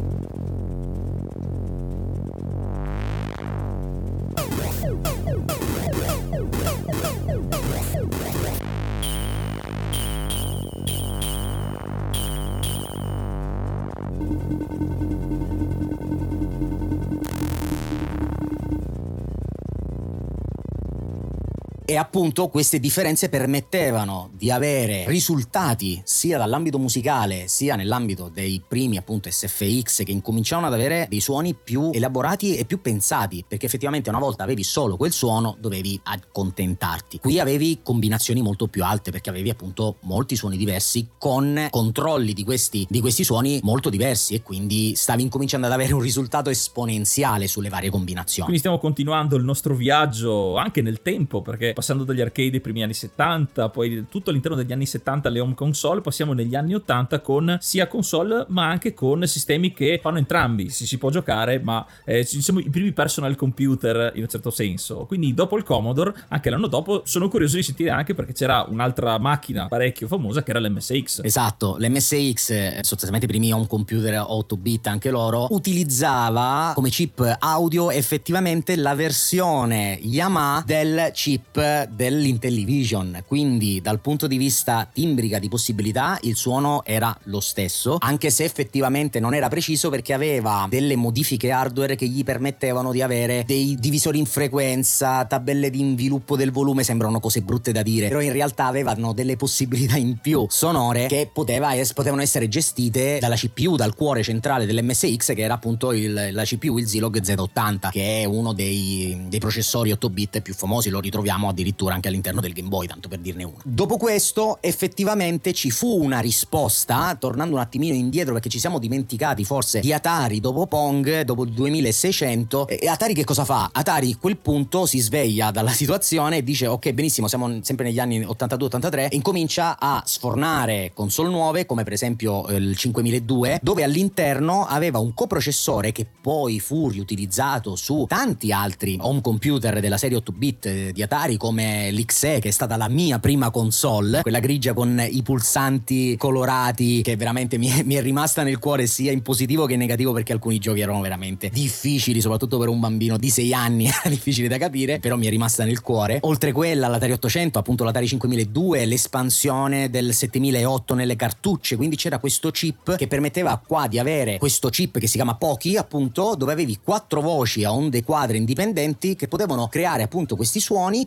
Speaker 3: E appunto queste differenze permettevano di avere risultati sia dall'ambito musicale sia nell'ambito dei primi appunto SFX, che incominciavano ad avere dei suoni più elaborati e più pensati, perché effettivamente una volta avevi solo quel suono, dovevi accontentarti. Qui avevi combinazioni molto più alte, perché avevi appunto molti suoni diversi con controlli di questi suoni molto diversi, e quindi stavi incominciando ad avere un risultato esponenziale sulle varie combinazioni.
Speaker 1: Quindi stiamo continuando il nostro viaggio anche nel tempo, perché passando dagli arcade dei primi anni 70, poi tutto all'interno degli anni 70 alle home console, passiamo negli anni 80 con sia console ma anche con sistemi che fanno entrambi, si può giocare, ma ci sono i primi personal computer in un certo senso. Quindi dopo il Commodore, anche l'anno dopo, sono curioso di sentire, anche perché c'era un'altra macchina parecchio famosa che era l'MSX.
Speaker 3: Esatto, l'MSX, sostanzialmente i primi home computer 8 bit anche loro, utilizzava come chip audio effettivamente la versione Yamaha del chip dell'Intellivision, quindi dal punto di vista timbrica di possibilità il suono era lo stesso, anche se effettivamente non era preciso, perché aveva delle modifiche hardware che gli permettevano di avere dei divisori in frequenza, tabelle di inviluppo del volume. Sembrano cose brutte da dire, però in realtà avevano delle possibilità in più sonore che potevano essere gestite dalla CPU, dal cuore centrale dell'MSX, che era appunto la CPU, il Zilog Z80, che è uno dei processori 8 bit più famosi. Lo ritroviamo addirittura anche all'interno del Game Boy, tanto per dirne uno. Dopo questo effettivamente ci fu una risposta, tornando un attimino indietro, perché ci siamo dimenticati forse di Atari dopo Pong, dopo il 2600. E Atari che cosa fa? Atari a quel punto si sveglia dalla situazione e dice: ok, benissimo, siamo sempre negli anni 82-83, e incomincia a sfornare console nuove, come per esempio il 5002, dove all'interno aveva un coprocessore che poi fu riutilizzato su tanti altri home computer della serie 8 bit di Atari, come l'XE, che è stata la mia prima console, quella grigia con i pulsanti colorati, che veramente mi è rimasta nel cuore sia in positivo che in negativo, perché alcuni giochi erano veramente difficili, soprattutto per un bambino di 6 anni era difficile da capire, però mi è rimasta nel cuore. Oltre quella l'Atari 800, appunto l'Atari 5002, l'espansione del 7008 nelle cartucce, quindi c'era questo chip che permetteva qua di avere questo chip che si chiama Poki, appunto, dove avevi 4 voci a onde quadre indipendenti che potevano creare appunto questi suoni,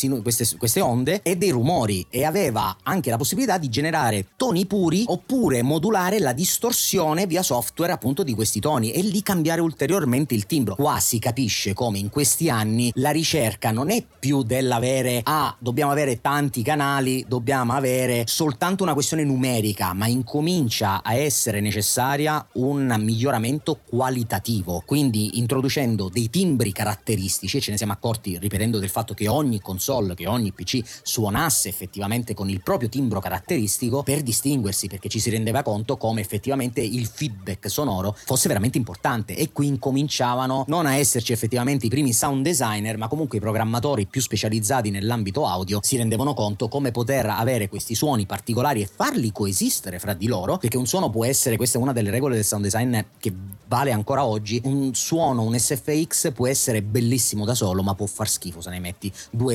Speaker 3: queste onde e dei rumori, e aveva anche la possibilità di generare toni puri oppure modulare la distorsione via software appunto di questi toni e lì cambiare ulteriormente il timbro. Qua si capisce come in questi anni la ricerca non è più dell'avere dobbiamo avere tanti canali, dobbiamo avere soltanto una questione numerica, ma incomincia a essere necessaria un miglioramento qualitativo, quindi introducendo dei timbri caratteristici. E ce ne siamo accorti ripetendo del fatto che ogni console, che ogni PC suonasse effettivamente con il proprio timbro caratteristico per distinguersi, perché ci si rendeva conto come effettivamente il feedback sonoro fosse veramente importante. E qui incominciavano non a esserci effettivamente i primi sound designer, ma comunque i programmatori più specializzati nell'ambito audio si rendevano conto come poter avere questi suoni particolari e farli coesistere fra di loro, perché un suono può essere, questa è una delle regole del sound design che vale ancora oggi, un suono, un SFX può essere bellissimo da solo, ma può far schifo se ne metti 2,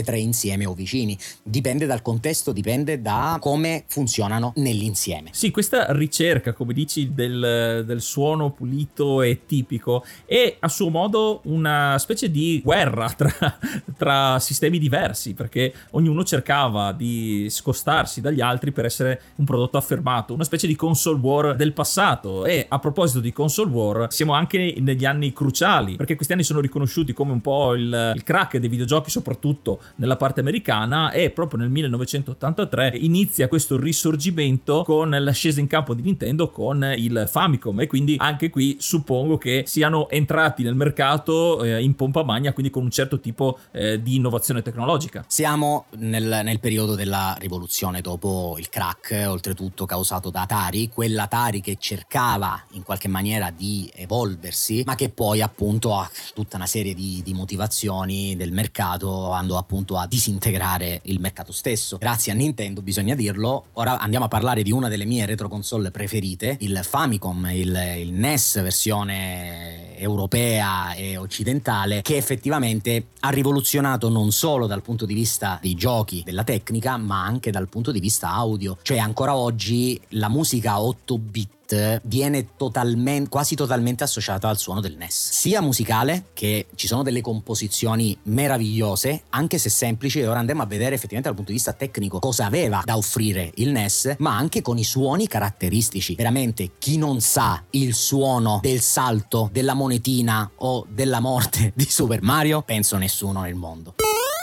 Speaker 3: tre insieme o vicini. Dipende dal contesto, dipende da come funzionano nell'insieme.
Speaker 1: Sì, questa ricerca, come dici, del suono pulito e tipico è a suo modo una specie di guerra tra sistemi diversi, perché ognuno cercava di scostarsi dagli altri per essere un prodotto affermato, una specie di console war del passato. E a proposito di console war, siamo anche negli anni cruciali, perché questi anni sono riconosciuti come un po' il crack dei videogiochi, soprattutto nella parte americana, e proprio nel 1983 inizia questo risorgimento con l'ascesa in campo di Nintendo con il Famicom, e quindi anche qui suppongo che siano entrati nel mercato in pompa magna, quindi con un certo tipo di innovazione tecnologica.
Speaker 3: Siamo nel periodo della rivoluzione dopo il crack, oltretutto causato da Atari, quell'Atari che cercava in qualche maniera di evolversi, ma che poi appunto ha tutta una serie di motivazioni del mercato, andò appunto a disintegrare il mercato stesso. Grazie a Nintendo, bisogna dirlo. Ora andiamo a parlare di una delle mie retroconsole preferite, il Famicom, il NES versione europea e occidentale, che effettivamente ha rivoluzionato non solo dal punto di vista dei giochi, della tecnica, ma anche dal punto di vista audio. Cioè ancora oggi la musica 8 bit viene quasi totalmente associata al suono del NES, sia musicale, che ci sono delle composizioni meravigliose anche se semplici, e ora andremo a vedere effettivamente dal punto di vista tecnico cosa aveva da offrire il NES, ma anche con i suoni caratteristici. Veramente chi non sa il suono del salto, della monetina o della morte di Super Mario? Penso nessuno nel mondo.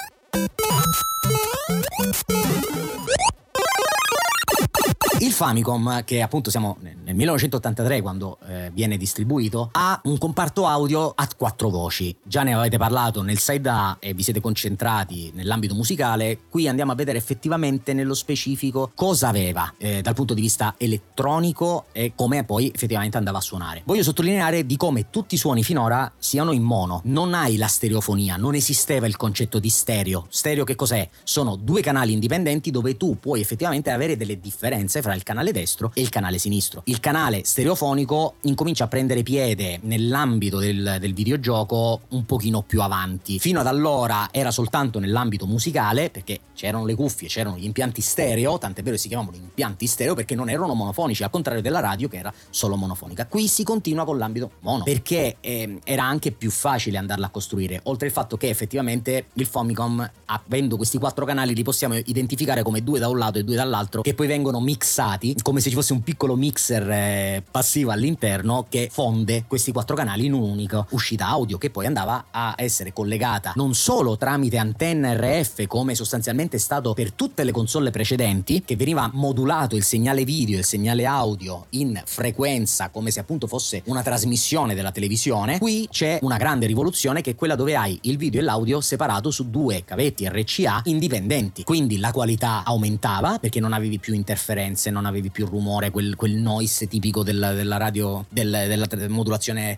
Speaker 3: Il Famicom, che appunto siamo nel 1983 quando viene distribuito, ha un comparto audio a 4 voci. Già ne avete parlato nel side A e vi siete concentrati nell'ambito musicale. Qui andiamo a vedere effettivamente nello specifico cosa aveva dal punto di vista elettronico e come poi effettivamente andava a suonare. Voglio sottolineare di come tutti i suoni finora siano in mono. Non hai la stereofonia, non esisteva il concetto di stereo. Stereo che cos'è? Sono 2 canali indipendenti dove tu puoi effettivamente avere delle differenze fra il canale destro e il canale sinistro. Il canale stereofonico incomincia a prendere piede nell'ambito del videogioco un pochino più avanti. Fino ad allora era soltanto nell'ambito musicale, perché c'erano le cuffie, c'erano gli impianti stereo, tant'è vero che si chiamavano impianti stereo perché non erano monofonici, al contrario della radio che era solo monofonica. Qui si continua con l'ambito mono, perché era anche più facile andarla a costruire, oltre il fatto che effettivamente il Famicom, avendo questi 4 canali, li possiamo identificare come 2 da un lato e 2 dall'altro, che poi vengono mixati come se ci fosse un piccolo mixer passivo all'interno che fonde questi 4 canali in un'unica uscita audio, che poi andava a essere collegata non solo tramite antenna RF, come sostanzialmente è stato per tutte le console precedenti, che veniva modulato il segnale video e il segnale audio in frequenza come se appunto fosse una trasmissione della televisione. Qui c'è una grande rivoluzione, che è quella dove hai il video e l'audio separato su 2 cavetti RCA indipendenti, quindi la qualità aumentava perché non avevi più interferenze, non avevi più rumore, quel noise tipico della radio, della modulazione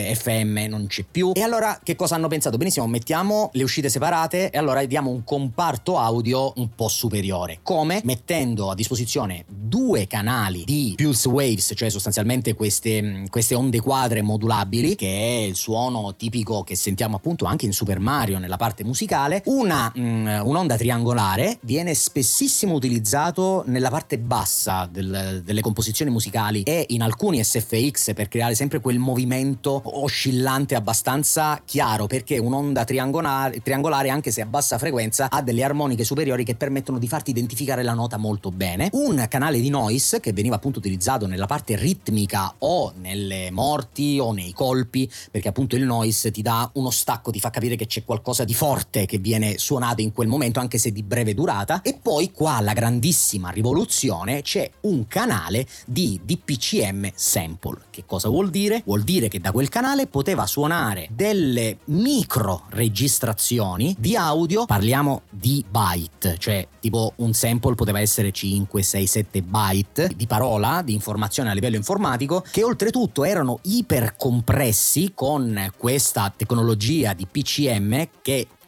Speaker 3: FM non c'è più. E allora che cosa hanno pensato? Benissimo, mettiamo le uscite separate e allora diamo un comparto audio un po' superiore. Come? Mettendo a disposizione 2 canali di pulse waves, cioè sostanzialmente queste onde quadre modulabili, che è il suono tipico che sentiamo appunto anche in Super Mario nella parte musicale. Un'onda triangolare viene spessissimo utilizzato nella parte bassa delle composizioni musicali e in alcuni SFX per creare sempre quel movimento oscillante abbastanza chiaro, perché un'onda triangolare, anche se a bassa frequenza, ha delle armoniche superiori che permettono di farti identificare la nota molto bene. Un canale di noise che veniva appunto utilizzato nella parte ritmica o nelle morti o nei colpi, perché appunto il noise ti dà uno stacco, ti fa capire che c'è qualcosa di forte che viene suonato in quel momento, anche se di breve durata. E poi qua la grandissima rivoluzione, c'è un canale di DPCM sample. Che cosa vuol dire? Vuol dire che da quel canale poteva suonare delle micro registrazioni di audio, parliamo di byte, cioè tipo un sample poteva essere 5, 6, 7 byte di parola, di informazione a livello informatico, che oltretutto erano ipercompressi con questa tecnologia di PCM che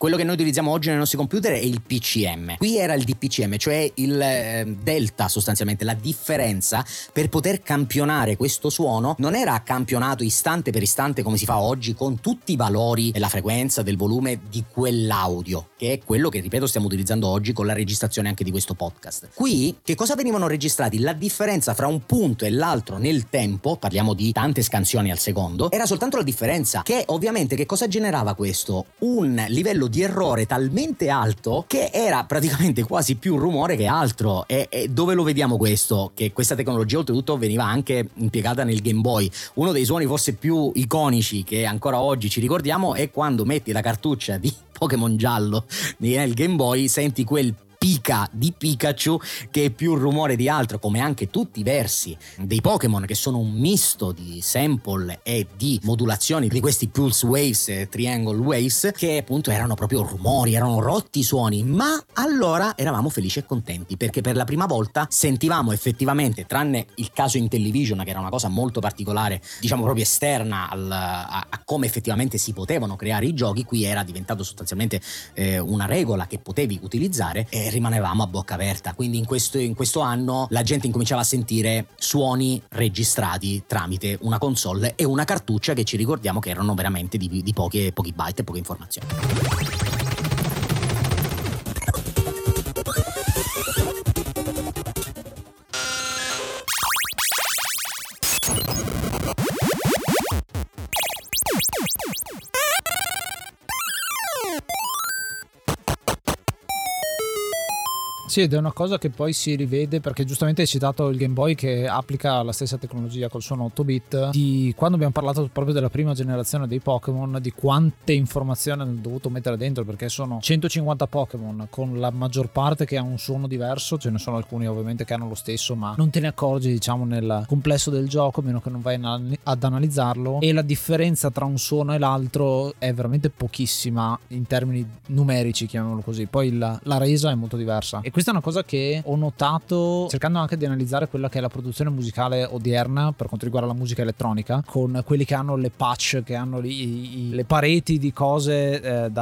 Speaker 3: Quello che noi utilizziamo oggi nei nostri computer è il PCM. Qui era il DPCM, cioè il delta, sostanzialmente la differenza. Per poter campionare questo suono non era campionato istante per istante come si fa oggi con tutti i valori della frequenza, del volume di quell'audio, che è quello che, ripeto, stiamo utilizzando oggi con la registrazione anche di questo podcast. Qui che cosa venivano registrati? La differenza fra un punto e l'altro nel tempo, parliamo di tante scansioni al secondo, era soltanto la differenza, che ovviamente che cosa generava questo? Un livello di errore talmente alto che era praticamente quasi più rumore che altro. E dove lo vediamo questo? Che questa tecnologia oltretutto veniva anche impiegata nel Game Boy. Uno dei suoni forse più iconici che ancora oggi ci ricordiamo è quando metti la cartuccia di Pokémon giallo nel Game Boy, senti quel Pika di Pikachu che è più rumore di altro, come anche tutti i versi dei Pokémon, che sono un misto di sample e di modulazioni di questi pulse waves, triangle waves, che appunto erano proprio rumori, erano rotti suoni. Ma allora eravamo felici e contenti, perché per la prima volta sentivamo effettivamente, tranne il caso Intellivision, che era una cosa molto particolare, diciamo proprio esterna a come effettivamente si potevano creare i giochi, qui era diventato sostanzialmente una regola che potevi utilizzare, e rimanevamo a bocca aperta. Quindi in questo anno la gente incominciava a sentire suoni registrati tramite una console e una cartuccia che ci ricordiamo che erano veramente di pochi byte e poche informazioni.
Speaker 2: Sì, ed è una cosa che poi si rivede, perché giustamente hai citato il Game Boy che applica la stessa tecnologia col suono 8 bit. Di quando abbiamo parlato proprio della prima generazione dei Pokémon, di quante informazioni hanno dovuto mettere dentro, perché sono 150 Pokémon con la maggior parte che ha un suono diverso. Ce ne sono alcuni ovviamente che hanno lo stesso, ma non te ne accorgi, diciamo, nel complesso del gioco, a meno che non vai ad analizzarlo, e la differenza tra un suono e l'altro è veramente pochissima in termini numerici, chiamiamolo così. Poi la resa è molto diversa, e questa è una cosa che ho notato cercando anche di analizzare quella che è la produzione musicale odierna per quanto riguarda la musica elettronica, con quelli che hanno le patch, che hanno le pareti di cose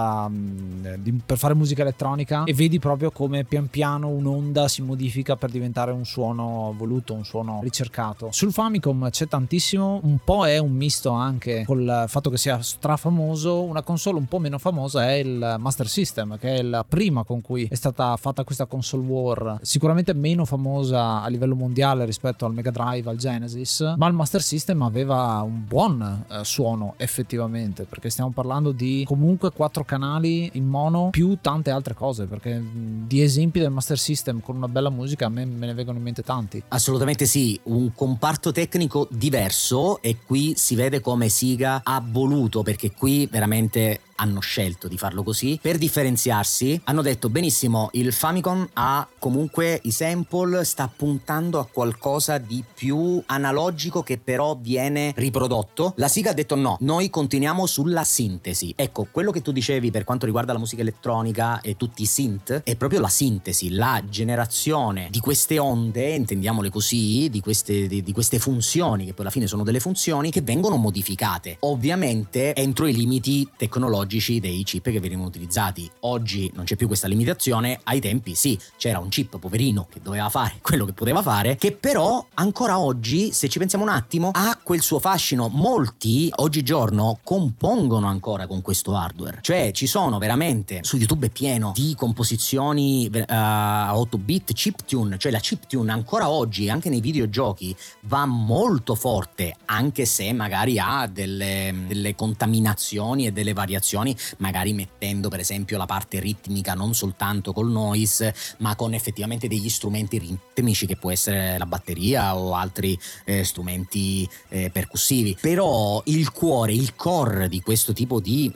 Speaker 2: per fare musica elettronica, e vedi proprio come pian piano un'onda si modifica per diventare un suono voluto, un suono ricercato. Sul Famicom c'è tantissimo, un po' è un misto anche col fatto che sia strafamoso. Una console un po' meno famosa è il Master System, che è la prima con cui è stata fatta questa console war, sicuramente meno famosa a livello mondiale rispetto al Mega Drive, al Genesis, ma il Master System aveva un buon suono effettivamente, perché stiamo parlando di comunque 4 canali in mono più tante altre cose, perché di esempi del Master System con una bella musica a me ne vengono in mente tanti.
Speaker 3: Assolutamente sì, un comparto tecnico diverso, e qui si vede come Sega ha voluto, perché qui veramente hanno scelto di farlo così per differenziarsi. Hanno detto benissimo, il Famicom ha comunque i sample, sta puntando a qualcosa di più analogico che però viene riprodotto. La Sega ha detto no, noi continuiamo sulla sintesi. Ecco, quello che tu dicevi per quanto riguarda la musica elettronica e tutti i synth è proprio la sintesi, la generazione di queste onde, intendiamole così, di queste funzioni, che poi alla fine sono delle funzioni che vengono modificate, ovviamente entro i limiti tecnologici dei chip che venivano utilizzati. Oggi non c'è più questa limitazione, ai tempi sì, c'era un chip poverino che doveva fare quello che poteva fare, che però ancora oggi, se ci pensiamo un attimo, ha quel suo fascino. Molti oggigiorno compongono ancora con questo hardware, cioè ci sono veramente, su YouTube è pieno di composizioni a 8 bit chiptune, cioè la chiptune ancora oggi anche nei videogiochi va molto forte, anche se magari ha delle contaminazioni e delle variazioni, magari mettendo per esempio la parte ritmica non soltanto col noise, ma con effettivamente degli strumenti ritmici, che può essere la batteria o altri strumenti percussivi. Però il cuore, il core di questo tipo di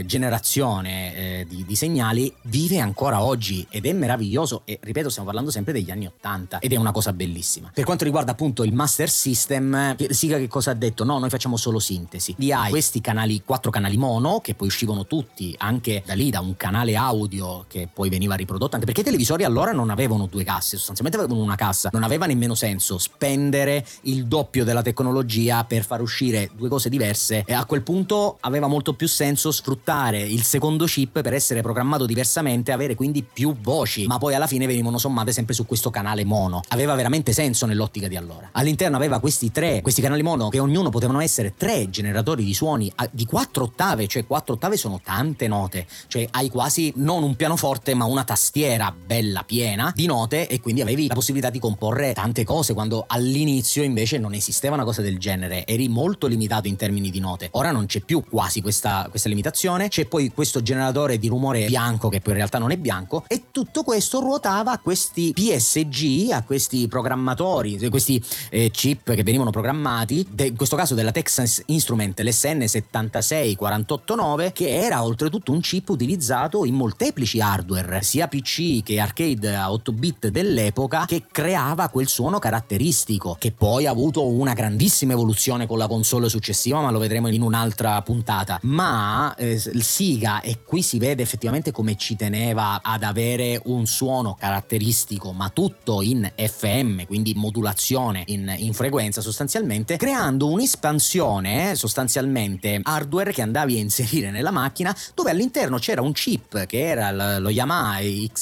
Speaker 3: generazione di segnali vive ancora oggi, ed è meraviglioso. E ripeto, stiamo parlando sempre degli anni 80, ed è una cosa bellissima. Per quanto riguarda appunto il Master System, Sega che cosa ha detto? No, noi facciamo solo sintesi. Li hai questi canali, 4 canali mono, che poi uscivano avevano tutti, anche da lì, da un canale audio che poi veniva riprodotto, anche perché i televisori allora non avevano due casse, sostanzialmente avevano una cassa, non aveva nemmeno senso spendere il doppio della tecnologia per far uscire due cose diverse, e a quel punto aveva molto più senso sfruttare il secondo chip per essere programmato diversamente, avere quindi più voci, ma poi alla fine venivano sommate sempre su questo canale mono. Aveva veramente senso nell'ottica di allora. All'interno aveva questi canali mono che ognuno potevano essere 3 generatori di suoni di 4 ottave, cioè 4 ottave sono tante note, cioè hai quasi non un pianoforte ma una tastiera bella piena di note, e quindi avevi la possibilità di comporre tante cose, quando all'inizio invece non esisteva una cosa del genere, eri molto limitato in termini di note. Ora non c'è più quasi questa limitazione, c'è poi questo generatore di rumore bianco che poi in realtà non è bianco, e tutto questo ruotava a questi PSG, a questi programmatori, questi chip che venivano programmati, in questo caso della Texas Instrument, l'SN76489, che era oltretutto un chip utilizzato in molteplici hardware, sia PC che arcade a 8 bit dell'epoca, che creava quel suono caratteristico, che poi ha avuto una grandissima evoluzione con la console successiva, ma lo vedremo in un'altra puntata. Ma il Sega, e qui si vede effettivamente come ci teneva ad avere un suono caratteristico, ma tutto in FM, quindi modulazione in frequenza sostanzialmente, creando un'espansione sostanzialmente hardware che andavi a inserire nella macchina, dove all'interno c'era un chip che era lo Yamaha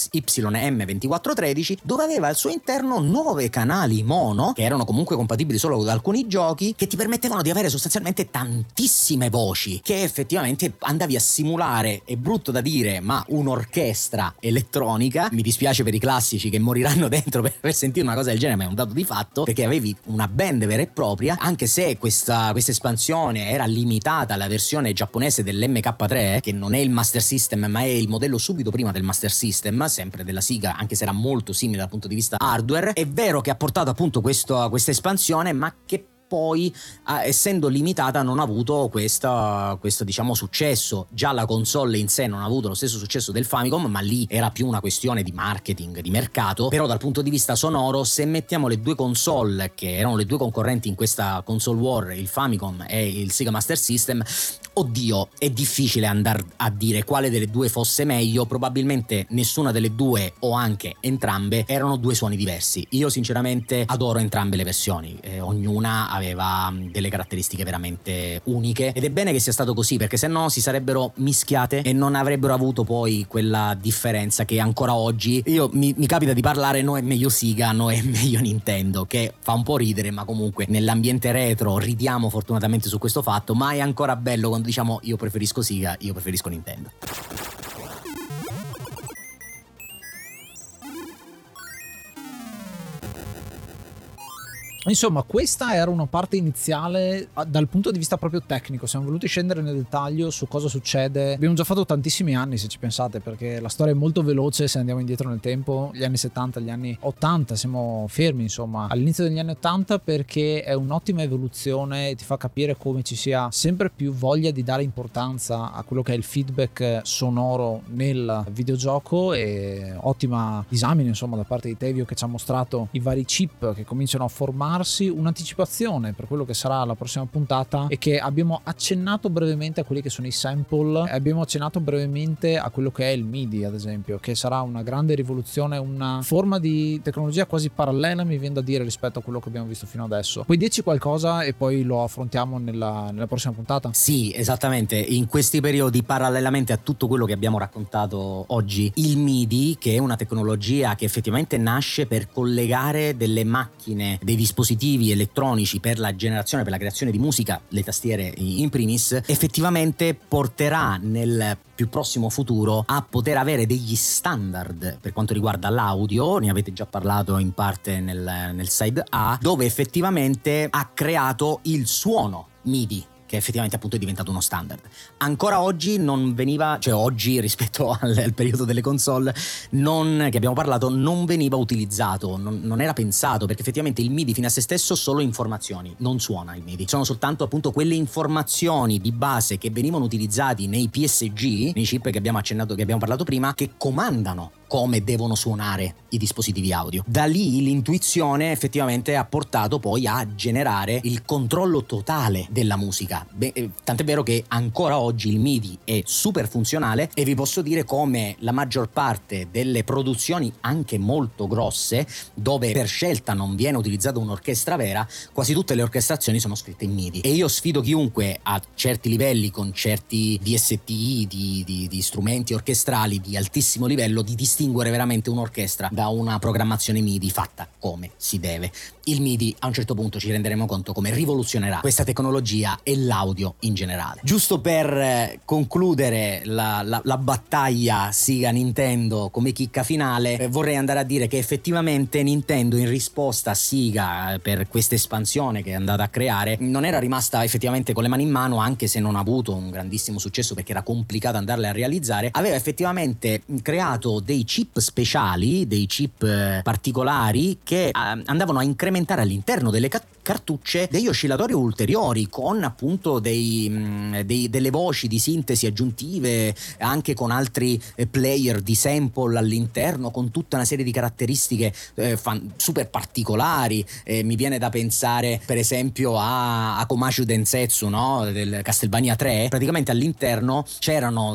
Speaker 3: XYM2413, dove aveva al suo interno 9 canali mono che erano comunque compatibili solo con alcuni giochi, che ti permettevano di avere sostanzialmente tantissime voci, che effettivamente andavi a simulare, è brutto da dire, ma un'orchestra elettronica. Mi dispiace per i classici che moriranno dentro per aver sentito una cosa del genere, ma è un dato di fatto, perché avevi una band vera e propria, anche se questa espansione era limitata alla versione giapponese dell'MK3, che non è il Master System ma è il modello subito prima del Master System, sempre della Sega, anche se era molto simile dal punto di vista hardware. È vero che ha portato appunto questa espansione, ma che poi essendo limitata non ha avuto questo diciamo successo. Già la console in sé non ha avuto lo stesso successo del Famicom, ma lì era più una questione di marketing, di mercato. Però dal punto di vista sonoro, se mettiamo le due console che erano le due concorrenti in questa console war, il Famicom e il Sega Master System, oddio, è difficile andare a dire quale delle due fosse meglio. Probabilmente nessuna delle due, o anche entrambe, erano due suoni diversi. Io sinceramente adoro entrambe le versioni, ognuna aveva delle caratteristiche veramente uniche, ed è bene che sia stato così, perché se no si sarebbero mischiate e non avrebbero avuto poi quella differenza che ancora oggi mi capita di parlare: no è meglio Sega, no è meglio Nintendo, che fa un po' ridere, ma comunque nell'ambiente retro ridiamo fortunatamente su questo fatto, ma è ancora bello quando diciamo io preferisco Sega, io preferisco Nintendo.
Speaker 2: Insomma, questa era una parte iniziale dal punto di vista proprio tecnico. Siamo voluti scendere nel dettaglio su cosa succede. Abbiamo già fatto tantissimi anni, se ci pensate, perché la storia è molto veloce se andiamo indietro nel tempo. Gli anni 70, gli anni 80, siamo fermi insomma all'inizio degli anni 80, perché è un'ottima evoluzione e ti fa capire come ci sia sempre più voglia di dare importanza a quello che è il feedback sonoro nel videogioco, e ottima disamine insomma da parte di Tevio, che ci ha mostrato i vari chip che cominciano a formare un'anticipazione per quello che sarà la prossima puntata, e che abbiamo accennato brevemente a quelli che sono i sample, abbiamo accennato brevemente a quello che è il MIDI ad esempio, che sarà una grande rivoluzione, una forma di tecnologia quasi parallela, mi viene da dire, rispetto a quello che abbiamo visto fino adesso. Puoi dirci qualcosa e poi lo affrontiamo nella prossima puntata?
Speaker 3: Sì, esattamente. In questi periodi, parallelamente a tutto quello che abbiamo raccontato oggi, il MIDI, che è una tecnologia che effettivamente nasce per collegare delle macchine, dei dispositivi elettronici per la generazione, per la creazione di musica, le tastiere in primis, effettivamente porterà nel più prossimo futuro a poter avere degli standard per quanto riguarda l'audio. Ne avete già parlato in parte nel side A, dove effettivamente ha creato il suono MIDI, che effettivamente appunto è diventato uno standard. Ancora oggi non veniva, cioè oggi rispetto al periodo delle console che abbiamo parlato, non veniva utilizzato, non era pensato, perché effettivamente il MIDI fino a se stesso solo informazioni, non suona il MIDI, sono soltanto appunto quelle informazioni di base che venivano utilizzati nei PSG, nei chip che abbiamo accennato, che abbiamo parlato prima, che comandano come devono suonare i dispositivi audio. Da lì l'intuizione effettivamente ha portato poi a generare il controllo totale della musica, era. Tant'è vero che ancora oggi il MIDI è super funzionale, e vi posso dire come la maggior parte delle produzioni anche molto grosse, dove per scelta non viene utilizzata un'orchestra vera, quasi tutte le orchestrazioni sono scritte in MIDI. E io sfido chiunque a certi livelli, con certi DSTI di strumenti orchestrali di altissimo livello, di distinguere veramente un'orchestra da una programmazione MIDI fatta come si deve. Il MIDI a un certo punto ci renderemo conto come rivoluzionerà questa tecnologia e l'audio in generale. Giusto per concludere la battaglia Sega Nintendo come chicca finale, vorrei andare a dire che effettivamente Nintendo, in risposta a Sega per questa espansione che è andata a creare, non era rimasta effettivamente con le mani in mano, anche se non ha avuto un grandissimo successo perché era complicato andarle a realizzare. Aveva effettivamente creato dei chip speciali, dei chip particolari che andavano a incrementare all'interno delle cartucce degli oscillatori ulteriori, con appunto delle voci di sintesi aggiuntive, anche con altri player di sample all'interno, con tutta una serie di caratteristiche super particolari. Mi viene da pensare per esempio a Komashu Densetsu, no? Del Castlevania 3. Praticamente all'interno c'erano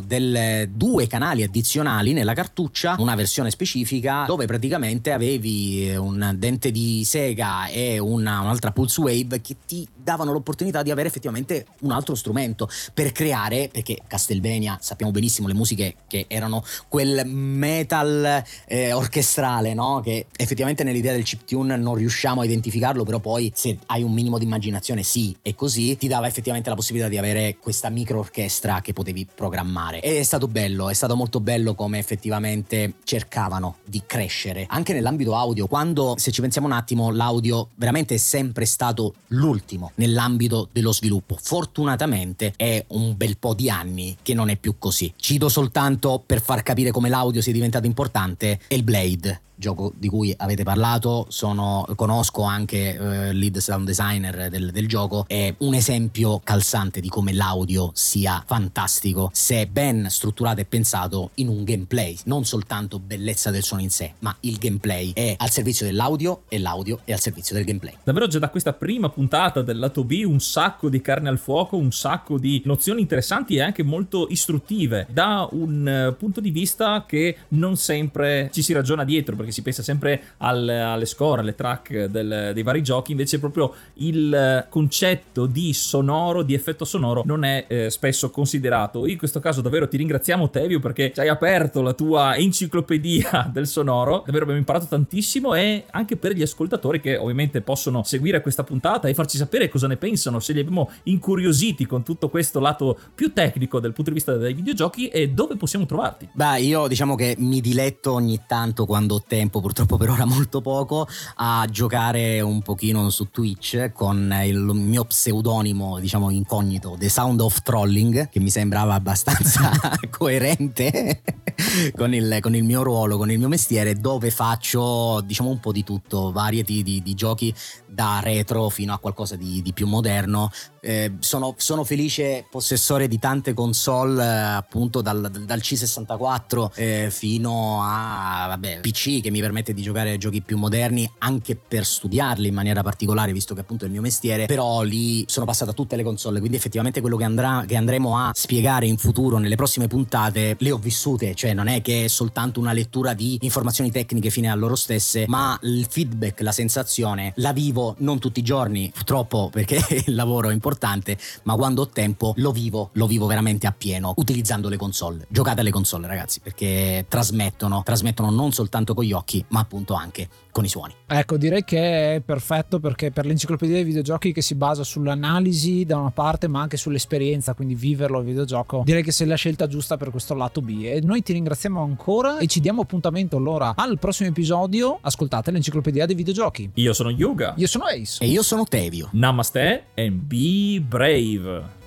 Speaker 3: 2 canali addizionali nella cartuccia, una versione specifica dove praticamente avevi un dente di sega e un'altra pulse wave che ti davano l'opportunità di avere effettivamente un altro strumento per creare, perché Castlevania sappiamo benissimo le musiche che erano quel metal orchestrale, no? Che effettivamente nell'idea del chiptune non riusciamo a identificarlo, però poi se hai un minimo di immaginazione sì, e così ti dava effettivamente la possibilità di avere questa micro orchestra che potevi programmare. E è stato bello, è stato molto bello come effettivamente cercavano di crescere anche nell'ambito audio, quando, se ci pensiamo un attimo, l'audio veramente è sempre stato l'ultimo nell'ambito dello sviluppo. Fortunatamente è un bel po' di anni che non è più così. Cito soltanto, per far capire come l'audio sia diventato importante, Hellblade, gioco di cui avete parlato. Conosco anche lead sound designer del gioco. È un esempio calzante di come l'audio sia fantastico se ben strutturato e pensato in un gameplay, non soltanto bellezza del suono in sé, ma il gameplay è al servizio dell'audio e l'audio è al servizio del gameplay.
Speaker 1: Davvero già da questa prima puntata del lato B un sacco di carne al fuoco, un sacco di nozioni interessanti e anche molto istruttive, da un punto di vista che non sempre ci si ragiona dietro, perché si pensa sempre alle score, alle track dei vari giochi. Invece proprio il concetto di sonoro, di effetto sonoro, non è spesso considerato. In questo caso davvero ti ringraziamo, Tevio, perché ci hai aperto la tua enciclopedia del sonoro. Davvero abbiamo imparato tantissimo, e anche per gli ascoltatori che ovviamente possono seguire questa puntata e farci sapere cosa ne pensano, se li abbiamo incuriositi con tutto questo lato più tecnico dal punto di vista dei videogiochi, e dove possiamo trovarti.
Speaker 3: Beh, io diciamo che mi diletto ogni tanto, quando ho tempo, purtroppo per ora molto poco, a giocare un pochino su Twitch con il mio pseudonimo, diciamo incognito, The Sound of Trolling, che mi sembrava abbastanza coerente con il mio ruolo, con il mio mestiere, dove faccio diciamo un po' di tutto, variety di giochi, da retro fino a qualcosa di più moderno. Sono felice possessore di tante console, appunto dal C64 fino a PC, che mi permette di giocare giochi più moderni, anche per studiarli in maniera particolare, visto che appunto è il mio mestiere. Però lì sono passata tutte le console, quindi effettivamente quello che andremo a spiegare in futuro nelle prossime puntate le ho vissute, cioè non è che è soltanto una lettura di informazioni tecniche fine a loro stesse, ma il feedback, la sensazione la vivo non tutti i giorni purtroppo, perché il lavoro è importante, ma quando ho tempo lo vivo veramente appieno utilizzando le console. Giocate alle console, ragazzi, perché trasmettono non soltanto con gli occhi, ma appunto anche con i suoni.
Speaker 2: Ecco, direi che è perfetto, perché per l'enciclopedia dei videogiochi, che si basa sull'analisi da una parte ma anche sull'esperienza, quindi viverlo il videogioco, direi che sei la scelta giusta per questo lato B. E noi ti ringraziamo ancora e ci diamo appuntamento allora al prossimo episodio. Ascoltate l'enciclopedia dei videogiochi.
Speaker 1: Io sono Yuga.
Speaker 2: Io sono Ace.
Speaker 3: E io sono Tevio.
Speaker 1: Namaste and be brave.